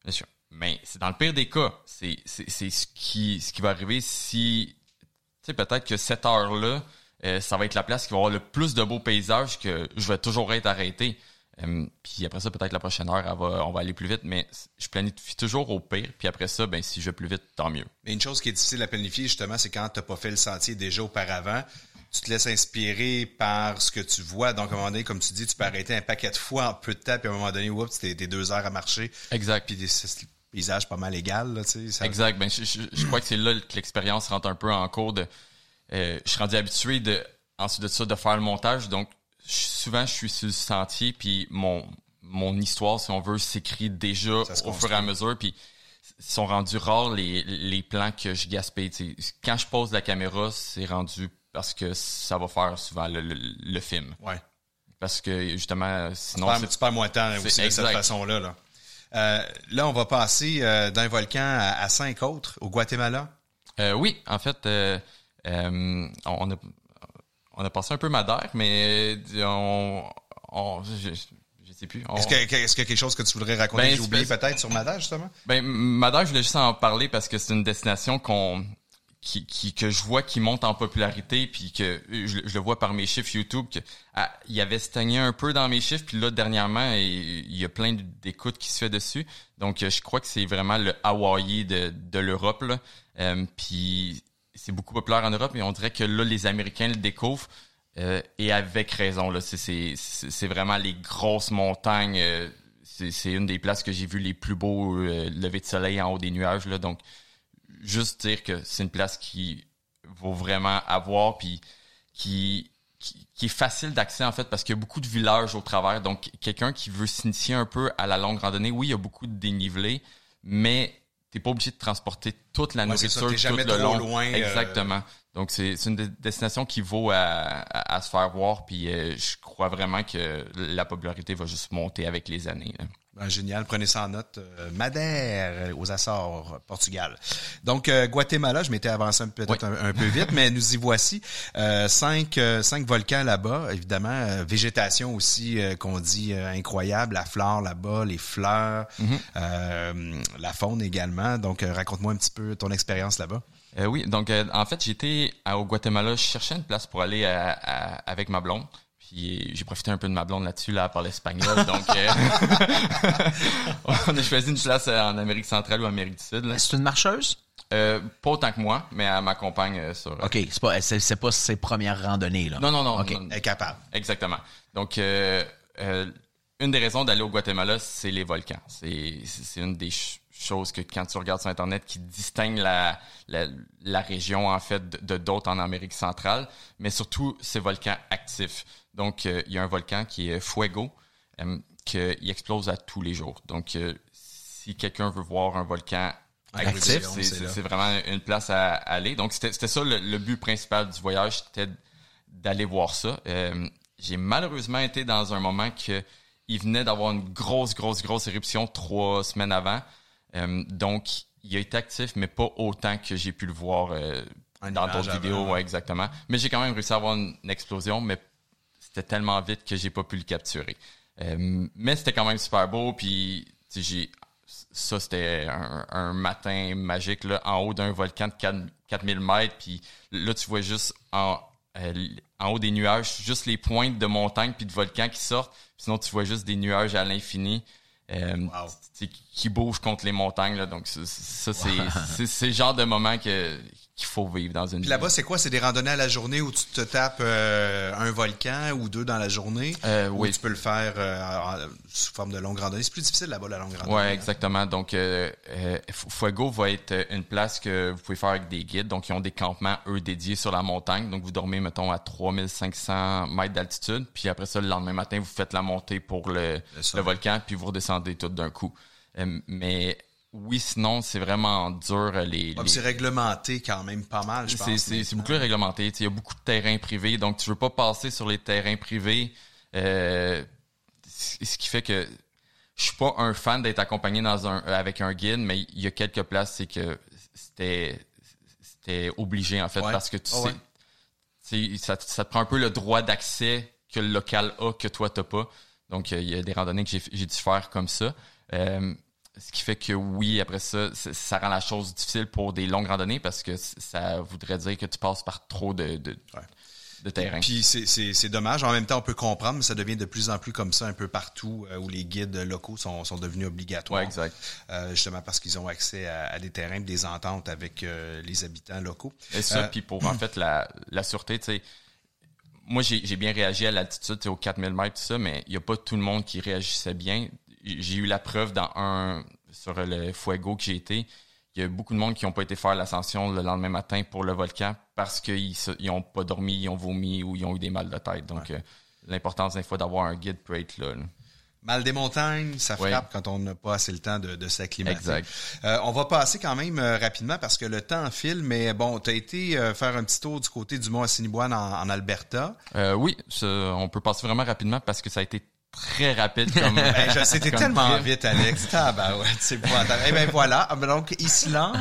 Mais c'est dans le pire des cas. C'est, c'est, c'est ce qui, ce qui va arriver si, tu sais, peut-être que cette heure-là, euh, ça va être la place qui va avoir le plus de beaux paysages que je vais toujours être arrêté. Um, puis après ça, peut-être la prochaine heure, elle va, on va aller plus vite, mais je planifie toujours au pire. Puis après ça, ben si je vais plus vite, tant mieux. Mais une chose qui est difficile à planifier, justement, c'est quand tu n'as pas fait le sentier déjà auparavant, tu te laisses inspirer par ce que tu vois. Donc, à un moment donné, comme tu dis, tu peux arrêter un paquet de fois en peu de temps, puis à un moment donné, oups, t'es, t'es deux heures à marcher. Exact. Puis c'est le paysage pas mal égal, là, tu sais. Ça... Exact. Ben, je, je, je crois que c'est là que l'expérience rentre un peu en cours de... Euh, je suis rendu habitué de, ensuite de ça, de faire le montage. Donc, souvent, je suis sur le sentier, puis mon... mon histoire, si on veut, s'écrit déjà au fur et à mesure. Puis, ils sont rendus rares les, les plans que je gaspille. T'sais. Quand je pose la caméra, c'est rendu parce que ça va faire souvent le, le, le film. Ouais. Parce que, justement, sinon... Tu perds, tu perds moins de temps aussi de cette façon-là. Là, euh, là on va passer euh, d'un volcan à, à cinq autres, au Guatemala. Euh, oui, en fait, euh, euh, on, a, on a passé un peu Madère, mais on... on je, Je sais plus. On... Est-ce, que, est-ce qu'il y a quelque chose que tu voudrais raconter ben, que j'ai oublié peut-être sur Madère, justement? Ben, Madère, je voulais juste en parler parce que c'est une destination qu'on, qui, qui, que je vois qui monte en popularité, puis que je, je le vois par mes chiffres YouTube, que, ah, il avait stagné un peu dans mes chiffres, puis là, dernièrement, il, il y a plein d'écoutes qui se fait dessus. Donc, je crois que c'est vraiment le Hawaii de, de l'Europe, là. Euh, puis, c'est beaucoup populaire en Europe, et on dirait que là, les Américains le découvrent. Euh, et avec raison, là, c'est, c'est, c'est vraiment les grosses montagnes. Euh, c'est, c'est une des places que j'ai vu les plus beaux euh, levers de soleil en haut des nuages. Là, donc, juste dire que c'est une place qui vaut vraiment avoir, puis qui, qui, qui est facile d'accès en fait, parce qu'il y a beaucoup de villages au travers. Donc, quelqu'un qui veut s'initier un peu à la longue randonnée, oui, il y a beaucoup de dénivelé, mais t'es pas obligé de transporter toute la ouais, nourriture c'est ça, t'es jamais tout le trop long. Loin, Exactement. Euh... Donc, c'est, c'est une destination qui vaut à, à, à se faire voir. Puis, euh, je crois vraiment que la popularité va juste monter avec les années. Là. Ben, génial. Prenez ça en note. Euh, Madère, aux Açores, Portugal. Donc, euh, Guatemala, je m'étais avancé peut-être oui. un, un peu vite, mais nous y voici. Euh, cinq, euh, cinq volcans là-bas. Évidemment, euh, végétation aussi euh, qu'on dit euh, incroyable. La flore là-bas, les fleurs, mm-hmm. euh, la faune également. Donc, euh, raconte-moi un petit peu ton expérience là-bas. Euh, oui, donc euh, en fait, j'étais à, au Guatemala, je cherchais une place pour aller à, à, avec ma blonde. Puis j'ai profité un peu de ma blonde là-dessus, là, à parler espagnol. Donc, euh, on a choisi une place en Amérique centrale ou Amérique du Sud. Là. C'est une marcheuse? Euh, pas autant que moi, mais elle m'accompagne euh, sur... OK, c'est pas, c'est, c'est pas ses premières randonnées, là. Non, non, non. OK, non, elle est capable. Exactement. Donc, euh, euh, une des raisons d'aller au Guatemala, c'est les volcans. C'est, c'est une des... Ch- chose que quand tu regardes sur Internet qui distingue la, la, la région, en fait, de, de d'autres en Amérique centrale, mais surtout ces volcans actifs. Donc, euh, il y a un volcan qui est Fuego, euh, qui explose à tous les jours. Donc, euh, si quelqu'un veut voir un volcan actif, c'est, c'est, c'est, c'est vraiment une place à, à aller. Donc, c'était, c'était ça le, le but principal du voyage, c'était d'aller voir ça. Euh, j'ai malheureusement été dans un moment que il venait d'avoir une grosse, grosse, grosse éruption trois semaines avant. Euh, donc, il a été actif, mais pas autant que j'ai pu le voir euh, dans d'autres vidéos. Ouais, exactement. Mais j'ai quand même réussi à avoir une, une explosion, mais c'était tellement vite que j'ai pas pu le capturer. Euh, mais c'était quand même super beau, puis j'ai ça, c'était un, un matin magique là, en haut d'un volcan de quatre mille mètres, puis là, tu vois juste en, euh, en haut des nuages, juste les pointes de montagne puis de volcans qui sortent, sinon tu vois juste des nuages à l'infini. euh, wow. qui bouge contre les montagnes. Là, donc ça, ça c'est, wow. c'est, c'est le genre de moment que, qu'il faut vivre dans une Puis là-bas, c'est quoi? C'est des randonnées à la journée où tu te tapes euh, un volcan ou deux dans la journée? Euh, ou oui. tu peux le faire euh, sous forme de longue randonnée? C'est plus difficile là-bas, la longue randonnée. Oui, hein? exactement. Donc, euh, euh, Fuego va être une place que vous pouvez faire avec des guides. Donc, ils ont des campements, eux, dédiés sur la montagne. Donc, vous dormez, mettons, à trois mille cinq cents mètres d'altitude. Puis après ça, le lendemain matin, vous faites la montée pour le, le, le volcan, puis vous redescendez tout d'un coup. Euh, mais... Oui, sinon, c'est vraiment dur. Les, ouais, les... C'est réglementé quand même pas mal, je pense. C'est, c'est, c'est beaucoup réglementé. Il y a beaucoup de terrains privés, donc tu veux pas passer sur les terrains privés. Euh, ce qui fait que je suis pas un fan d'être accompagné dans un avec un guide, mais il y a quelques places, c'est que c'était c'était obligé, en fait, ouais. parce que tu oh, sais, ouais. ça, ça te prend un peu le droit d'accès que le local a, que toi, t'as pas. Donc, il y a des randonnées que j'ai, j'ai dû faire comme ça. Euh, Ce qui fait que oui, après ça, ça rend la chose difficile pour des longues randonnées parce que ça voudrait dire que tu passes par trop de, de, ouais. de terrain. Puis c'est, c'est, c'est dommage. En même temps, on peut comprendre, mais ça devient de plus en plus comme ça un peu partout euh, où les guides locaux sont, sont devenus obligatoires. Oui, exact. Euh, justement parce qu'ils ont accès à, à des terrains, des ententes avec euh, les habitants locaux. Et ça, euh, puis pour en fait la, la sûreté, tu sais, moi j'ai, j'ai bien réagi à l'altitude, aux quatre mille mètres, tout ça, mais il n'y a pas tout le monde qui réagissait bien. J'ai eu la preuve dans un sur le Fuego que j'ai été. Il y a beaucoup de monde qui n'ont pas été faire l'ascension le lendemain matin pour le volcan parce qu'ils n'ont pas dormi, ils ont vomi ou ils ont eu des mal de tête. Donc, ouais. euh, l'importance des fois d'avoir un guide peut être là. là. Mal des montagnes, ça frappe oui. quand on n'a pas assez le temps de, de s'acclimater. Exact. Euh, on va passer quand même euh, rapidement parce que le temps file, mais bon, tu as été euh, faire un petit tour du côté du mont Assiniboine en, en Alberta. Euh, oui, ça, on peut passer vraiment rapidement parce que ça a été très rapide comme ben, je sais, t'es tellement trip. Vite, Alex. Ah ben ouais, c'est bon. Eh ben voilà. Donc Islande.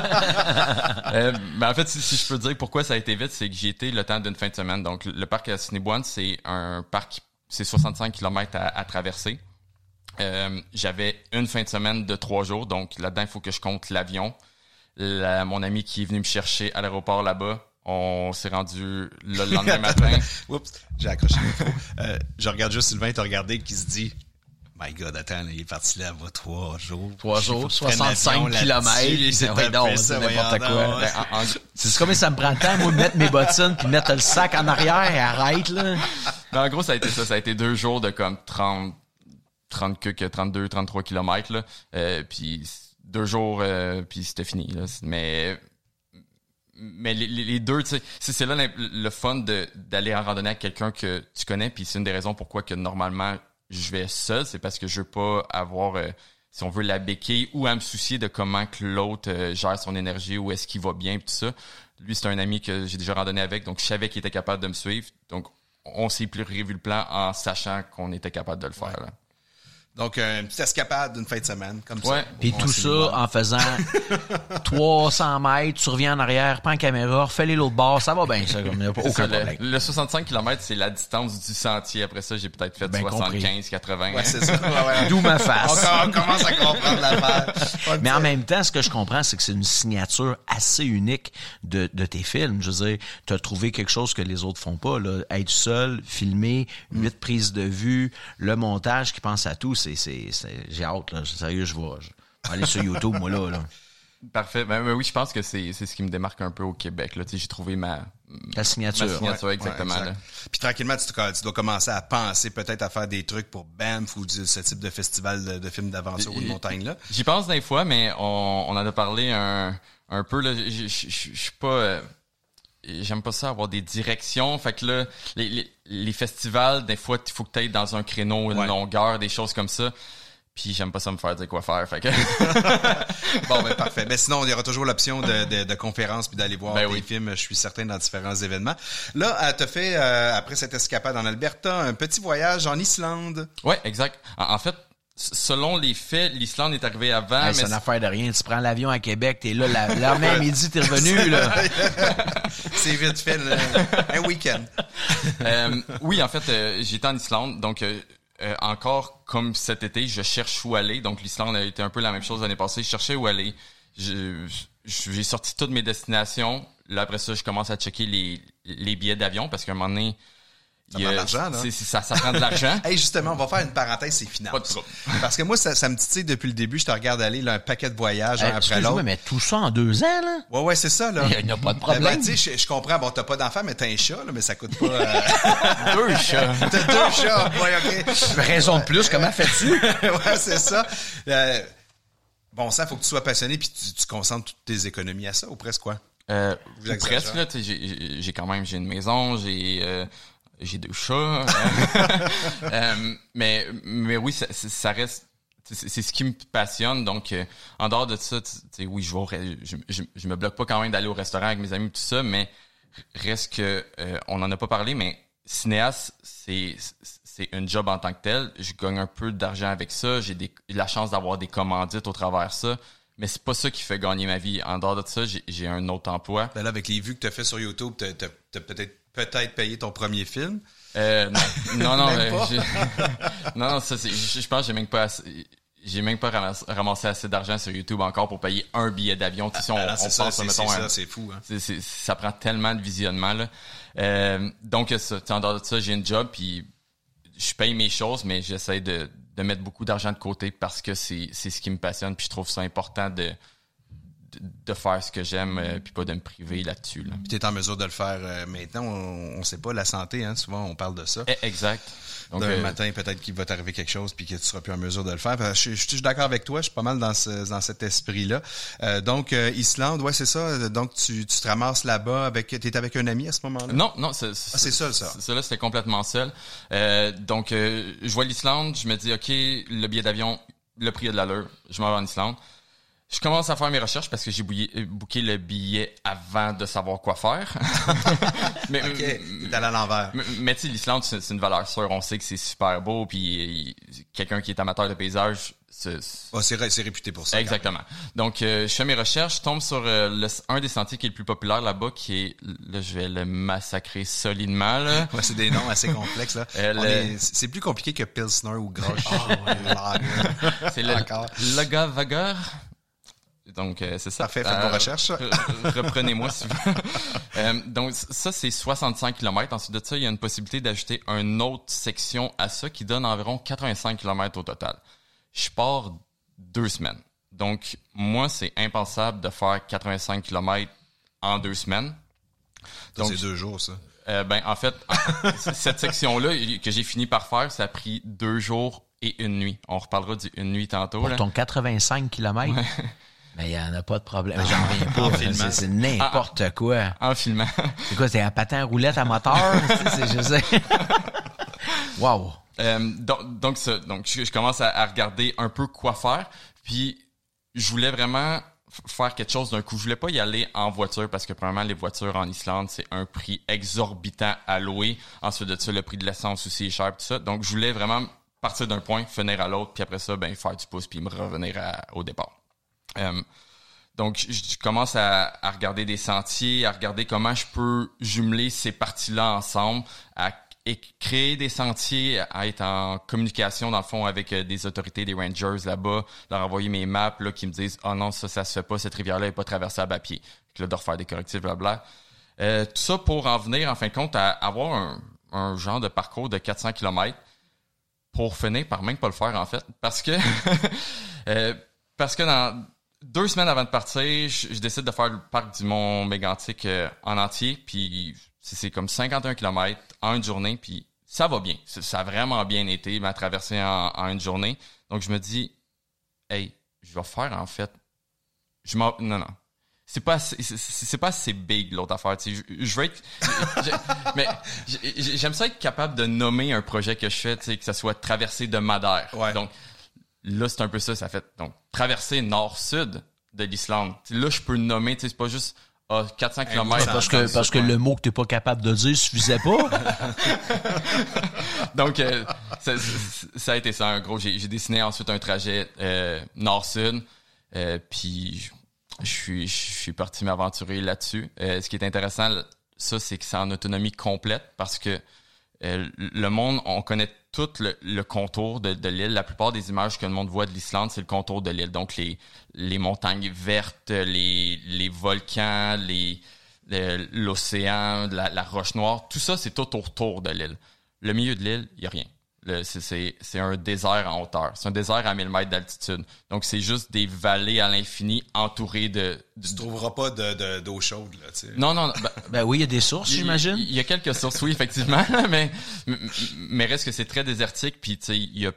euh, ben en fait, si, si je peux dire pourquoi ça a été vite, c'est que j'y étais le temps d'une fin de semaine. Donc le parc Assiniboine, c'est un parc, c'est soixante-cinq kilomètres à, à traverser. Euh, j'avais une fin de semaine de trois jours, donc là-dedans il faut que je compte l'avion. La, mon ami qui est venu me chercher à l'aéroport là-bas. On s'est rendu là, le lendemain matin. Oups, j'ai accroché le micro. Euh, je regarde juste Sylvain te regarder qui se dit « My God, attends, là, il est parti là-bas trois jours. » Trois jours, soixante-cinq kilomètres. C'est oui, non, c'est n'importe quoi. Ben, en, en... C'est comme ça me prend le temps, moi, de mettre mes bottines puis mettre le sac en arrière et arrête, là. Ben, en gros, ça a été ça. Ça a été deux jours de comme trente, trente, trente-deux, trente-trois kilomètres, là. Euh, puis deux jours, euh, puis c'était fini, là. Mais... Mais les, les deux, tu sais, c'est, c'est là le fun de, d'aller en randonnée avec quelqu'un que tu connais, puis c'est une des raisons pourquoi que normalement je vais seul, c'est parce que je veux pas avoir, euh, si on veut, la béquille ou à me soucier de comment que l'autre euh, gère son énergie ou est-ce qu'il va bien, puis tout ça. Lui, c'est un ami que j'ai déjà randonné avec, donc je savais qu'il était capable de me suivre, donc on s'est plus revu le plan en sachant qu'on était capable de le faire. Ouais. Là. Donc, euh, une petite escapade d'une fin de semaine, comme ouais. ça. Puis tout ça bon. En faisant trois cents mètres, tu reviens en arrière, prends la caméra, refais-les l'autre bord, ça va bien, ça, comme il n'y a pas aucun ça, problème. Le, le soixante-cinq kilomètres, c'est la distance du sentier. Après ça, j'ai peut-être fait ben soixante-quinze, quatre-vingts. Ouais, c'est ça. Ouais, ouais. D'où ma face. On, on commence à comprendre l'affaire. Mais en même temps, ce que je comprends, c'est que c'est une signature assez unique de, de tes films. Je veux dire, tu as trouvé quelque chose que les autres font pas, là. Être seul, filmer, huit mm. prises de vue, le montage qui pense à tout. C'est, c'est, c'est, j'ai hâte, là. Sérieux, je vais, je vais aller sur YouTube, moi, là, là. Parfait. Ben, ben oui, je pense que c'est, c'est ce qui me démarque un peu au Québec, là. Tu sais, j'ai trouvé ma, ta signature. Ma signature, ouais, exactement, ouais, exact. Là. Puis tranquillement, tu, tu dois commencer à penser peut-être à faire des trucs pour Banff ou du, ce type de festival de, de films d'aventure et, ou de montagne, là. J'y pense des fois, mais on, on en a parlé un, un peu, là. Je suis pas, euh, j'aime pas ça avoir des directions. Fait que là, les, les, les festivals, des fois, il faut que tu ailles dans un créneau, une ouais. longueur, des choses comme ça. Puis j'aime pas ça me faire dire quoi faire. Fait que... bon, ben parfait. Mais sinon, il y aura toujours l'option de, de, de conférences puis d'aller voir ben des oui. films, je suis certain, dans différents événements. Là, tu as fait, euh, après cette escapade en Alberta, un petit voyage en Islande. Ouais, exact. En, en fait, selon les faits, l'Islande est arrivée avant. Hey, mais c'est une affaire de rien. Tu prends l'avion à Québec, t'es là, la, la même midi, t'es revenu, là. C'est vite fait, là. Un week-end. euh, oui, en fait, euh, j'étais en Islande, donc euh, euh, encore comme cet été, je cherche où aller. Donc l'Islande a été un peu la même chose l'année passée. Je cherchais où aller. Je, j'ai sorti toutes mes destinations. Là, après ça, je commence à checker les, les billets d'avion parce qu'à un moment donné, Ça prend de l'argent, là. C'est, c'est, ça, ça prend de l'argent. Hey, justement, on va faire une parenthèse, c'est finances. Pas de trouble. Parce que moi, ça, ça me titille depuis le début. Je te regarde aller, là, un paquet de voyages, Euh, un après excuse-moi, l'autre. mais tout ça en deux ans, là? Ouais, ouais, c'est ça, là. Il n'y a pas de Ben, problème. tu sais, je, je comprends. Bon, t'as pas d'enfant, mais t'as un chat, là, mais ça coûte pas... Euh... Deux chats. t'as deux chats. Ouais, OK. Raison de plus, comment fais-tu? Ouais, c'est ça. Euh, bon, ça, faut que tu sois passionné puis tu, tu concentres toutes tes économies à ça, ou presque quoi? Euh, Vous exagérez. presque, là, tu sais, j'ai, j'ai quand même, j'ai une maison, j'ai... Euh, j'ai deux chats. euh, mais, mais oui, ça, ça reste... C'est, c'est ce qui me passionne. Donc, euh, en dehors de ça, tu sais, oui, je, vais au, je, je, je me bloque pas quand même d'aller au restaurant avec mes amis, tout ça, mais reste que... Euh, on en a pas parlé, mais cinéaste, c'est, c'est un job en tant que tel. Je gagne un peu d'argent avec ça. J'ai des, la chance d'avoir des commandites au travers de ça. Mais c'est pas ça qui fait gagner ma vie. En dehors de ça, j'ai, j'ai un autre emploi. Ben là, avec les vues que t'as fait sur YouTube, t'as, t'as, t'as peut-être peut-être payé ton premier film. Euh, non, non, non, Même euh, pas? j'ai... non, non, ça c'est. Je, je pense que j'ai même pas assez... j'ai même pas ramassé, ramassé assez d'argent sur YouTube encore pour payer un billet d'avion. Tu sais, si on, Ah, non, on c'est pense, ça, c'est, mettons, c'est un- ça, c'est fou. Hein. c'est, c'est, ça prend tellement de visionnement là. Euh, donc ça, tu sais, en dehors de ça, j'ai une job puis je paye mes choses, mais j'essaie de, de mettre beaucoup d'argent de côté parce que c'est, c'est ce qui me passionne puis je trouve ça important de de, de faire ce que j'aime euh, puis pas de me priver là-dessus. Là. Puis t'es en mesure de le faire euh, maintenant. On, on sait pas, la santé, hein, souvent on parle de ça. Eh, Exact. Donc, D'un euh, matin, peut-être qu'il va t'arriver quelque chose puis que tu seras plus en mesure de le faire. Je, je, je suis d'accord avec toi, je suis pas mal dans, ce, dans cet esprit-là. Euh, donc, euh, Islande, ouais, c'est ça. Donc, tu, tu te ramasses là-bas avec... T'es avec un ami à ce moment-là? Non, non, c'est, c'est, Ah, c'est seul, ça. Ça, là, c'était complètement seul. Euh, donc, euh, je vois l'Islande, je me dis, OK, le billet d'avion, le prix a de l'allure, je m'en vais en Islande. Je commence à faire mes recherches parce que j'ai bouillé, booké le billet avant de savoir quoi faire. mais, OK, t'es allé à l'envers. mais, mais tu sais, l'Islande, c'est, c'est une valeur sûre. On sait que c'est super beau, puis il- quelqu'un qui est amateur de paysage, c'est, Oh, c'est, ré- c'est réputé pour ça. exactement. Donc, euh, je fais mes recherches, je tombe sur euh, le, un des sentiers qui est le plus populaire là-bas, qui est, là, je vais le massacrer solidement, là. Ouais, c'est des noms assez complexes, là. Euh, On le- est- c'est plus compliqué que Pilsner ou Grosch. Ah, ouais. C'est le Encore. Lagavagar. Donc, euh, c'est ça. Parfait, faites vos recherches. re- reprenez-moi, s'il vous plaît. Euh, donc, ça, c'est soixante-cinq kilomètres. Ensuite de ça, il y a une possibilité d'ajouter une autre section à ça qui donne environ quatre-vingt-cinq kilomètres au total. Je pars deux semaines. Donc, moi, c'est impensable de faire quatre-vingt-cinq kilomètres en deux semaines. Ça, Donc, c'est deux jours, ça. Euh, ben, en fait, cette section-là que j'ai fini par faire, ça a pris deux jours et une nuit. On reparlera du une nuit tantôt. Pour là. ton quatre-vingt-cinq kilomètres? Mais il n'y en a pas de problème. J'en reviens pas. En là. filmant. C'est, c'est n'importe quoi. En filmant. C'est quoi, c'est un patin à roulette à moteur? Tu sais, c'est, je sais. Wow. Euh, donc, donc, ça, donc je, je commence à, à regarder un peu quoi faire. Puis, je voulais vraiment f- faire quelque chose d'un coup. Je voulais pas y aller en voiture parce que, premièrement, les voitures en Islande, c'est un prix exorbitant à louer. Ensuite de ça, le prix de l'essence aussi est cher, tout ça. Donc, je voulais vraiment partir d'un point, finir à l'autre, puis après ça, ben faire du pouce, puis me revenir à- au départ. Euh, donc, je, je commence à, à regarder des sentiers, à regarder comment je peux jumeler ces parties-là ensemble, à et créer des sentiers, à être en communication, dans le fond, avec euh, des autorités, des rangers là-bas, leur envoyer mes maps là, qui me disent « Ah oh non, ça, ça se fait pas, cette rivière-là n'est pas traversable à pied. » Puis là, de refaire des correctifs, blabla. Euh, tout ça pour en venir, en fin de compte, à avoir un, un genre de parcours de quatre cents kilomètres pour finir par même pas le faire, en fait. Parce que, euh, parce que dans deux semaines avant de partir, je, je décide de faire le parc du Mont Mégantic euh, en entier, puis c'est, c'est comme cinquante et un kilomètres en une journée, puis ça va bien. Ça, ça a vraiment bien été, ma traversée en, en une journée. Donc, je me dis, hey, je vais faire, en fait, je m'en... Non, non. C'est pas assez, c'est, c'est pas assez big, l'autre affaire, tu sais. Je, je veux être... je- mais j'ai- j'aime ça être capable de nommer un projet que je fais, tu sais, que ça soit traversée de Madère. Ouais. Donc, là, c'est un peu ça, ça fait... Donc, traversée nord-sud de l'Islande. Tu sais, là, je peux le nommer, tu sais, c'est pas juste... Ah, quatre cents kilomètres. Parce que, parce que le mot que t'es pas capable de dire suffisait pas. Donc, euh, ça, ça- ça a été ça, en gros. J'ai, j'ai dessiné ensuite un trajet euh, nord-sud, euh, puis je suis, je suis parti m'aventurer là-dessus. Euh, ce qui est intéressant, ça, c'est que c'est en autonomie complète, parce que euh, le monde, on connaît tout le, le contour de, de l'île. La plupart des images que le monde voit de l'Islande, c'est le contour de l'île. Donc, les, les montagnes vertes, les, les volcans, les, le- l'océan, la, la roche noire, tout ça, c'est tout autour de l'île. Le milieu de l'île, il n'y a rien. Le, c'est, c'est, c'est un désert en hauteur. C'est un désert à mille mètres d'altitude. Donc, c'est juste des vallées à l'infini entourées de... de tu trouveras pas de, de, d'eau chaude, là, tu sais. Non, non. Ben, ben oui, il y a des sources, il, j'imagine. Il y a quelques sources, oui, effectivement. mais, mais reste que c'est très désertique. Puis, tu sais, il y a,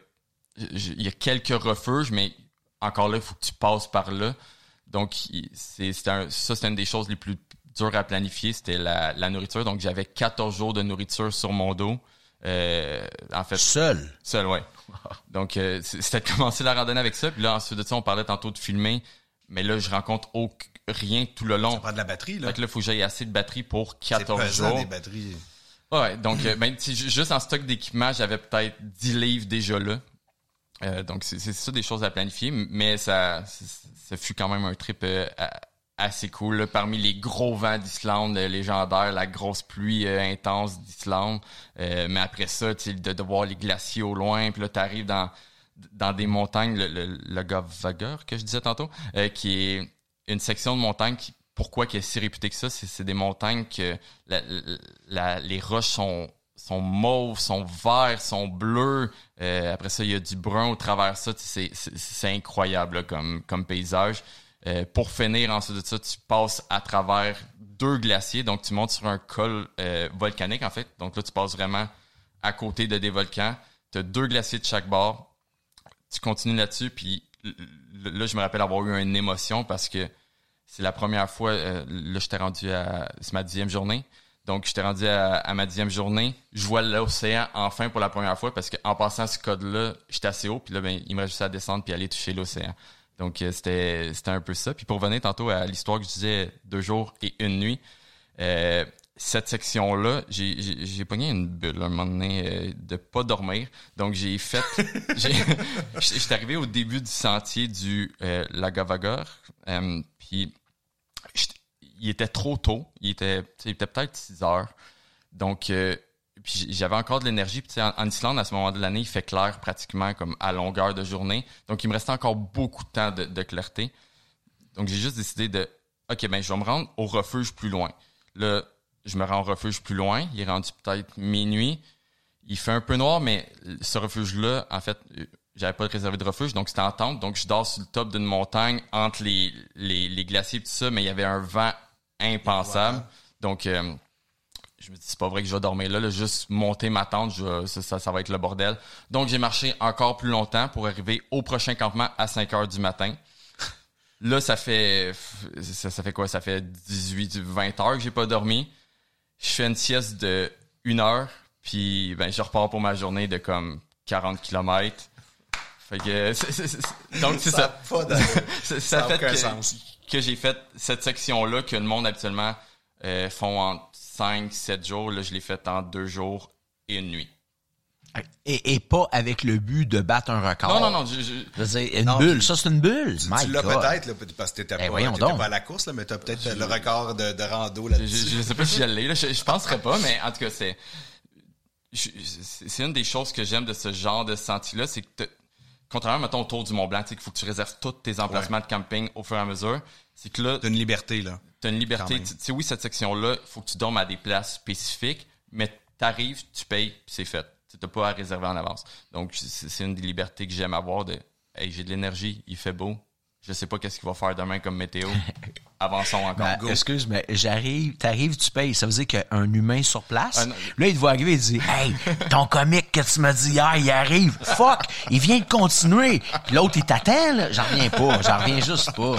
il y a quelques refuges, mais encore là, il faut que tu passes par là. Donc, c'est, c'est un, ça, c'est une des choses les plus dures à planifier. C'était la, la nourriture. Donc, j'avais quatorze jours de nourriture sur mon dos. Euh, en fait, seul seul ouais donc euh, c'était de commencer la randonnée avec ça, puis là ensuite de ça on parlait tantôt de filmer, mais là je rencontre aucun, rien tout le long. Ça prend de la batterie là. Fait que là faut que j'aille assez de batterie pour quatorze c'est pesant, jours. Les batteries. Ouais, donc euh, ben juste en stock d'équipement j'avais peut-être dix livres déjà là. Euh, donc c'est, c'est ça des choses à planifier, mais ça ça fut quand même un trip euh, à, assez cool, là. Parmi les gros vents d'Islande euh, légendaires, la grosse pluie euh, intense d'Islande. Euh, mais après ça, tu sais, de, de voir les glaciers au loin, puis là, t'arrives dans dans des montagnes, le, le, le Gavagur que je disais tantôt, euh, qui est une section de montagne qui, pourquoi qui est si réputée que ça, c'est, c'est des montagnes que la, la, les roches sont sont mauves, sont verts, sont bleus. Euh, après ça, il y a du brun au travers ça. C'est, c'est, c'est incroyable là, comme, comme paysage. Euh, pour finir, ensuite de ça, tu passes à travers deux glaciers. Donc, tu montes sur un col euh, volcanique, en fait. Donc là, tu passes vraiment à côté de des volcans. Tu as deux glaciers de chaque bord. Tu continues là-dessus. Puis là, je me rappelle avoir eu une émotion parce que c'est la première fois... Euh, là, j'étais rendu à... C'est ma dixième journée. Donc, j'étais rendu à, à ma dixième journée. Je vois l'océan enfin pour la première fois parce qu'en passant ce code-là, j'étais assez haut. Puis là, ben, il me reste juste à descendre puis aller toucher l'océan. Donc, euh, c'était c'était un peu ça. Puis pour revenir tantôt à l'histoire que je disais, deux jours et une nuit, euh, cette section-là, j'ai, j'ai, j'ai pogné une bulle un moment donné euh, de pas dormir. Donc, j'ai fait... j'ai, j'étais arrivé au début du sentier du euh, Lagavagur. Euh, puis, il était trop tôt. Il était, il était peut-être six heures. Donc... Euh, Puis j'avais encore de l'énergie. Puis en, en Islande, à ce moment de l'année, il fait clair pratiquement comme à longueur de journée. Donc, il me restait encore beaucoup de temps de, de clarté. Donc, j'ai juste décidé de... OK, ben je vais me rendre au refuge plus loin. Là, je me rends au refuge plus loin. Il est rendu peut-être minuit. Il fait un peu noir, mais ce refuge-là, en fait, j'avais pas réservé de refuge. Donc, c'était en tente. Donc, je dors sur le top d'une montagne entre les, les, les glaciers et tout ça. Mais il y avait un vent impensable. Voilà. Donc... Euh, je me dis, c'est pas vrai que je vais dormir là, là juste monter ma tente, je, ça, ça, ça va être le bordel. Donc, j'ai marché encore plus longtemps pour arriver au prochain campement à cinq heures du matin. Là, ça fait, ça, ça fait quoi? Ça fait dix-huit, vingt heures que j'ai pas dormi. Je fais une sieste de une heure, puis ben, je repars pour ma journée de comme quarante kilomètres. Fait que, c'est, c'est, c'est, donc, c'est ça. Ça, ça, ça, ça fait que, sens. que j'ai fait cette section-là que le monde habituellement euh, font en cinq, sept jours, là, je l'ai fait en deux jours et une nuit. Et, et pas avec le but de battre un record. Non, non, non. Je, je... je veux dire, une non, bulle, tu, ça, c'est une bulle. Tu, My tu l'as God. peut-être, là, parce que t'étais, eh, pas, t'étais pas à la course, là, mais t'as peut-être je, le record de, de rando là-dessus. Je, je sais pas si je l'ai, là. Je, je penserais pas, mais en tout cas, c'est, je, c'est une des choses que j'aime de ce genre de sentier-là, c'est que te, contrairement, mettons, autour du Mont-Blanc, tu sais, qu'il faut que tu réserves tous tes emplacements ouais. de camping au fur et à mesure, c'est que là... T'as une liberté, là. T'as une liberté. Tu sais, oui, cette section-là, il faut que tu dormes à des places spécifiques, mais t'arrives, tu payes, puis c'est fait. Tu n'as pas à réserver en avance. Donc, c'est, c'est une des libertés que j'aime avoir de « Hey, j'ai de l'énergie, il fait beau, je sais pas qu'est-ce qu'il va faire demain comme météo. Avançons encore. Ben, excuse, mais j'arrive, t'arrives, tu payes. Ça veut dire qu'un humain sur place, ah, là, il te voit arriver, il dit « Hey, ton comique que tu m'as dit hier, il arrive. Fuck, il vient de continuer. » Puis l'autre, il t'attend, là. J'en reviens pas. J'en reviens juste pas.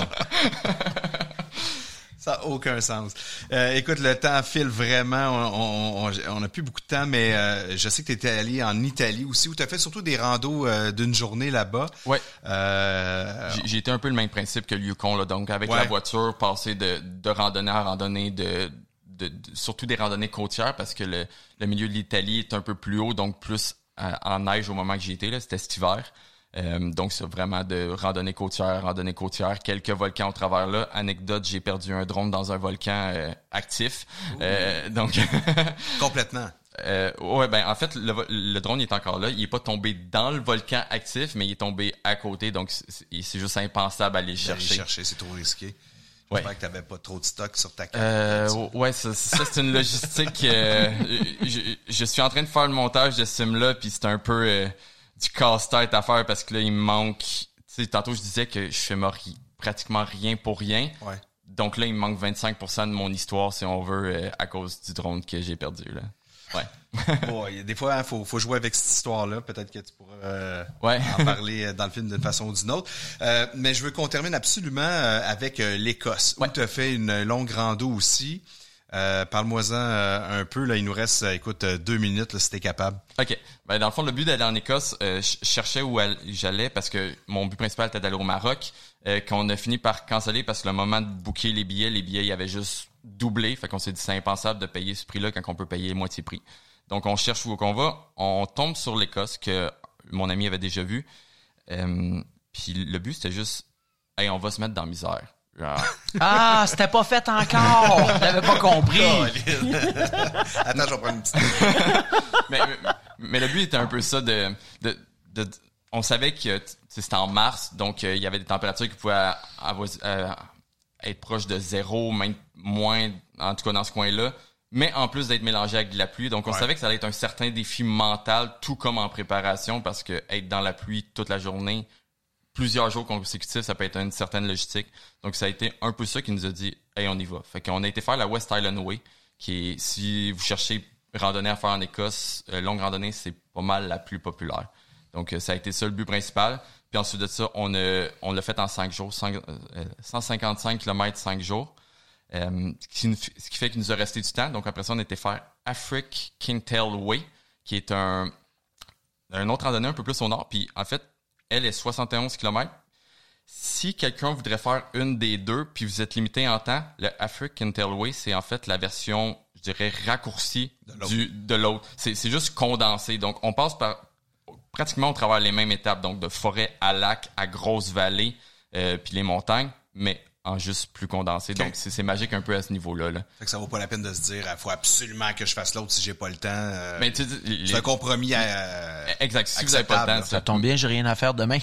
Ça n'a aucun sens. Euh, écoute, le temps file vraiment. On, on, on a plus beaucoup de temps, mais euh, je sais que tu étais allé en Italie aussi, où tu as fait surtout des randos euh, d'une journée là-bas. Oui. Euh, j'ai, j'ai été un peu le même principe que le Yukon, là. Donc, avec ouais. la voiture, passer de, de randonnée en randonnée, de, de, de, surtout des randonnées côtières, parce que le, le milieu de l'Italie est un peu plus haut, donc plus euh, en neige au moment que j'y étais, là. C'était cet hiver. Euh, donc, c'est vraiment de randonnée côtière, randonnée côtière, quelques volcans au travers là. Anecdote, j'ai perdu un drone dans un volcan euh, actif. Euh, donc complètement. Euh, ouais, ben en fait, le, le drone il est encore là. Il est pas tombé dans le volcan actif, mais il est tombé à côté. Donc, c'est, c'est juste impensable à aller chercher. Aller chercher, c'est trop risqué. Ouais. J'espère que t'avais pas trop de stock sur ta carte. Euh, ouais, ça, ça c'est une logistique. Euh, je, je suis en train de faire le montage de ce film-là, puis c'est un peu euh, du casse-tête à faire parce que là, il me manque... Tu sais, tantôt, je disais que je fais ri- pratiquement rien pour rien. Ouais. Donc là, il me manque vingt-cinq pour cent de mon histoire, si on veut, euh, à cause du drone que j'ai perdu, là. Ouais. Bon, il y a des fois, il hein, faut, faut jouer avec cette histoire-là. Peut-être que tu pourras euh, ouais. en parler dans le film d'une façon ou d'une autre. Euh, mais je veux qu'on termine absolument euh, avec euh, l'Écosse, ouais. où tu as fait une longue rando aussi. Euh, parle-moi-en euh, un peu. Là, il nous reste, euh, écoute, euh, deux minutes, là, si t'es capable. OK. Ben, dans le fond, le but d'aller en Écosse, euh, je cherchais où j'allais parce que mon but principal était d'aller au Maroc, euh, qu'on a fini par canceller parce que le moment de booker les billets, les billets, il y avait juste doublé. Fait qu'on s'est dit, c'est impensable de payer ce prix-là quand on peut payer moitié prix. Donc, on cherche où qu'on va. On tombe sur l'Écosse, que mon ami avait déjà vu. Euh, Puis le but, c'était juste, hey, on va se mettre dans la misère. Genre. Ah, c'était pas fait encore! J'avais pas compris! Attends, je vais prendre une petite... mais, mais, mais le but était un peu ça de... de, de, de on savait que c'était en mars, donc euh, il y avait des températures qui pouvaient avoir, euh, être proches de zéro, même moins, en tout cas dans ce coin-là. Mais en plus d'être mélangé avec de la pluie. Donc, on ouais. savait que ça allait être un certain défi mental, tout comme en préparation, parce que être dans la pluie toute la journée, plusieurs jours consécutifs, ça peut être une certaine logistique. Donc, ça a été un peu ça qui nous a dit, hey, on y va. Fait qu'on a été faire la West Island Way, qui est, si vous cherchez randonnée à faire en Écosse, euh, longue randonnée, c'est pas mal la plus populaire. Donc, euh, ça a été ça le but principal. Puis ensuite de ça, on a, on l'a fait en cinq jours, cent, euh, cent cinquante-cinq kilomètres, cinq jours. Euh, ce, qui, ce qui fait qu'il nous a resté du temps. Donc, après ça, on était faire Afric Kintail Way, qui est un, un autre randonnée un peu plus au nord. Puis, en fait, elle est soixante et onze kilomètres. Si quelqu'un voudrait faire une des deux, puis vous êtes limité en temps, le Afric Kintail Way, c'est en fait la version, je dirais, raccourcie de l'autre. Du, de l'autre. C'est, c'est juste condensé. Donc, on passe par pratiquement au travers les mêmes étapes. Donc, de forêt à lac, à grosse vallée, euh, puis les montagnes. Mais en juste plus condensé. Okay. Donc, c'est, c'est magique un peu à ce niveau-là. Là. Fait que ça vaut pas la peine de se dire, il faut absolument que je fasse l'autre si j'ai pas le temps. Euh, Mais tu dis, c'est les... un compromis à, euh, exact. Si vous avez pas le temps. Ça tombe bien, j'ai rien à faire demain.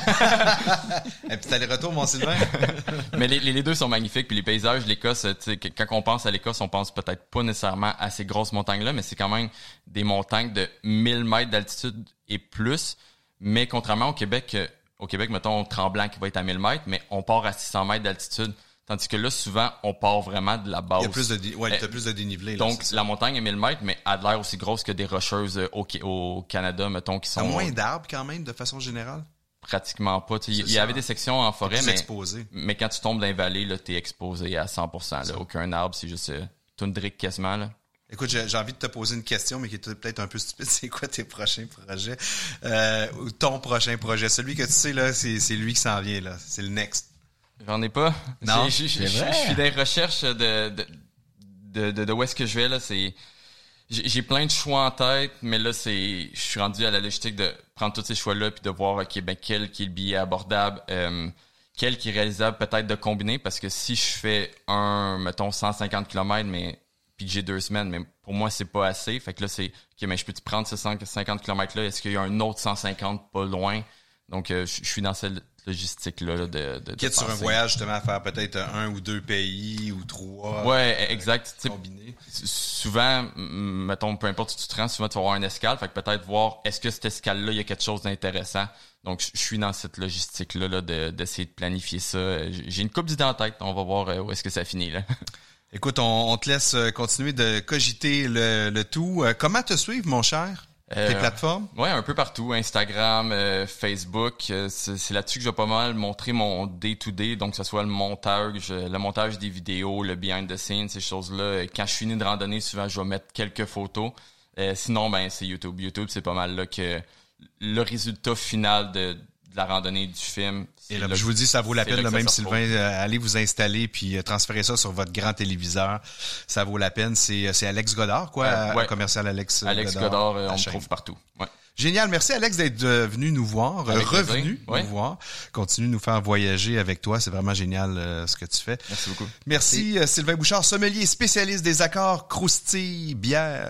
Et puis t'as les retours, mon Sylvain. Mais les, les deux sont magnifiques. Puis les paysages, l'Écosse, tu sais, quand on pense à l'Écosse, on pense peut-être pas nécessairement à ces grosses montagnes-là, mais c'est quand même des montagnes de mille mètres d'altitude et plus. Mais contrairement au Québec, au Québec, mettons, Tremblant qui va être à mille mètres, mais on part à six cents mètres d'altitude. Tandis que là, souvent, on part vraiment de la base. Il y a plus de, dé... ouais, t'as plus de dénivelé. Là, donc, la montagne est mille mètres, mais a de l'air aussi grosse que des rocheuses au, au Canada, mettons, qui sont... T'as moins d'arbres quand même, de façon générale? Pratiquement pas. Il y, y avait des sections en forêt, mais, exposé. mais quand tu tombes dans les vallées, là, t'es exposé à cent pour cent. Là. Aucun arbre, c'est juste euh, toundrique quasiment. Là. Écoute, j'ai, j'ai envie de te poser une question, mais qui est peut-être un peu stupide. C'est quoi tes prochains projets? Euh, ou ton prochain projet? Celui que tu sais, là, c'est, c'est lui qui s'en vient, là. C'est le next. J'en ai pas. Non, j'ai, j'ai, je suis des recherches de, de, de, de, de où est-ce que je vais, là. C'est, j'ai, j'ai plein de choix en tête, mais là, c'est, je suis rendu à la logistique de prendre tous ces choix-là puis de voir, OK, ben, quel qui est le billet abordable, euh, quel qui est réalisable peut-être de combiner, parce que si je fais un, mettons, cent cinquante kilomètres, mais, puis que j'ai deux semaines, mais pour moi, c'est pas assez. Fait que là, c'est, OK, mais je peux-tu prendre ces cent cinquante kilomètres-là? Est-ce qu'il y a un autre cent cinquante pas loin? Donc, euh, je, je suis dans cette logistique-là là, de, de, Qui est sur un voyage, justement, à faire peut-être un ou deux pays ou trois. Ouais, euh, exact. Combinés. Souvent, mettons, peu importe où tu te rends, souvent, tu vas avoir une escale. Fait que peut-être voir, est-ce que cette escale-là, il y a quelque chose d'intéressant? Donc, je suis dans cette logistique-là là, de, d'essayer de planifier ça. J'ai une couple d'idées en tête. On va voir où est-ce que ça finit, là. Écoute, on, on te laisse continuer de cogiter le, le tout. Comment te suivre, mon cher? Euh, Tes plateformes? Ouais, un peu partout. Instagram, euh, Facebook. Euh, c'est, c'est là-dessus que je vais pas mal montrer mon day-to-day. Donc, que ce soit le montage, le montage des vidéos, le behind the scenes, ces choses-là. Quand je finis de randonner, souvent, je vais mettre quelques photos. Euh, sinon, ben, c'est YouTube. YouTube, c'est pas mal là que le résultat final de, de la randonnée du film. Et là, je vous dis, ça vaut la peine, là, même Sylvain, euh, allez vous installer puis euh, transférer ça sur votre grand téléviseur. Ça vaut la peine. C'est, c'est Alex Godard, quoi, euh, ouais. Commercial Alex Godard. Alex Godard, euh, on me trouve partout. Ouais. Génial. Merci, Alex, d'être euh, venu nous voir, euh, revenu ouais. nous voir. Continue de nous faire voyager avec toi. C'est vraiment génial euh, ce que tu fais. Merci beaucoup. Merci, euh, Sylvain Bouchard, sommelier spécialiste des accords croustilles, bière.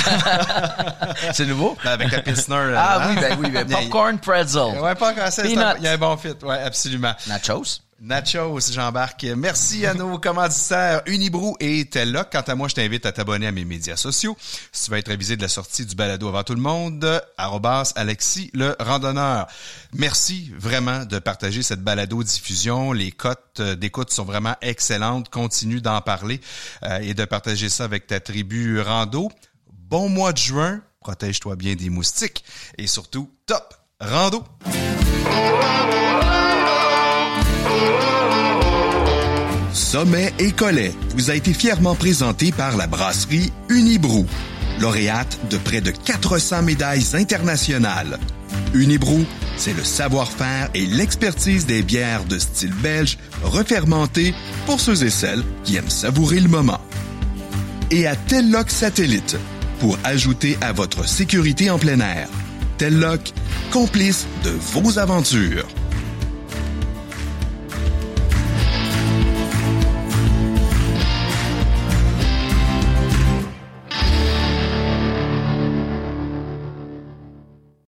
C'est nouveau? Avec la Pilsner. Ah hein? oui, ben oui, ben popcorn pretzel. Ouais, pas encore ça. Il y a un bon fit. Ouais, absolument. Nachos. Nachos, j'embarque. Merci à nos commanditaires Unibrou et Telloc. Quant à moi, je t'invite à t'abonner à mes médias sociaux. Si tu veux être avisé de la sortie du balado avant tout le monde, arrobas Alexis le randonneur. Merci vraiment de partager cette balado-diffusion. Les cotes d'écoute sont vraiment excellentes. Continue d'en parler euh, et de partager ça avec ta tribu rando. Bon mois de juin. Protège-toi bien des moustiques. Et surtout, top rando! Sommet et Collet vous a été fièrement présenté par la brasserie Unibrou, lauréate de près de quatre cents médailles internationales. Unibrou, c'est le savoir-faire et l'expertise des bières de style belge refermentées pour ceux et celles qui aiment savourer le moment. Et à Telloc Satellite, pour ajouter à votre sécurité en plein air. Telloc, complice de vos aventures.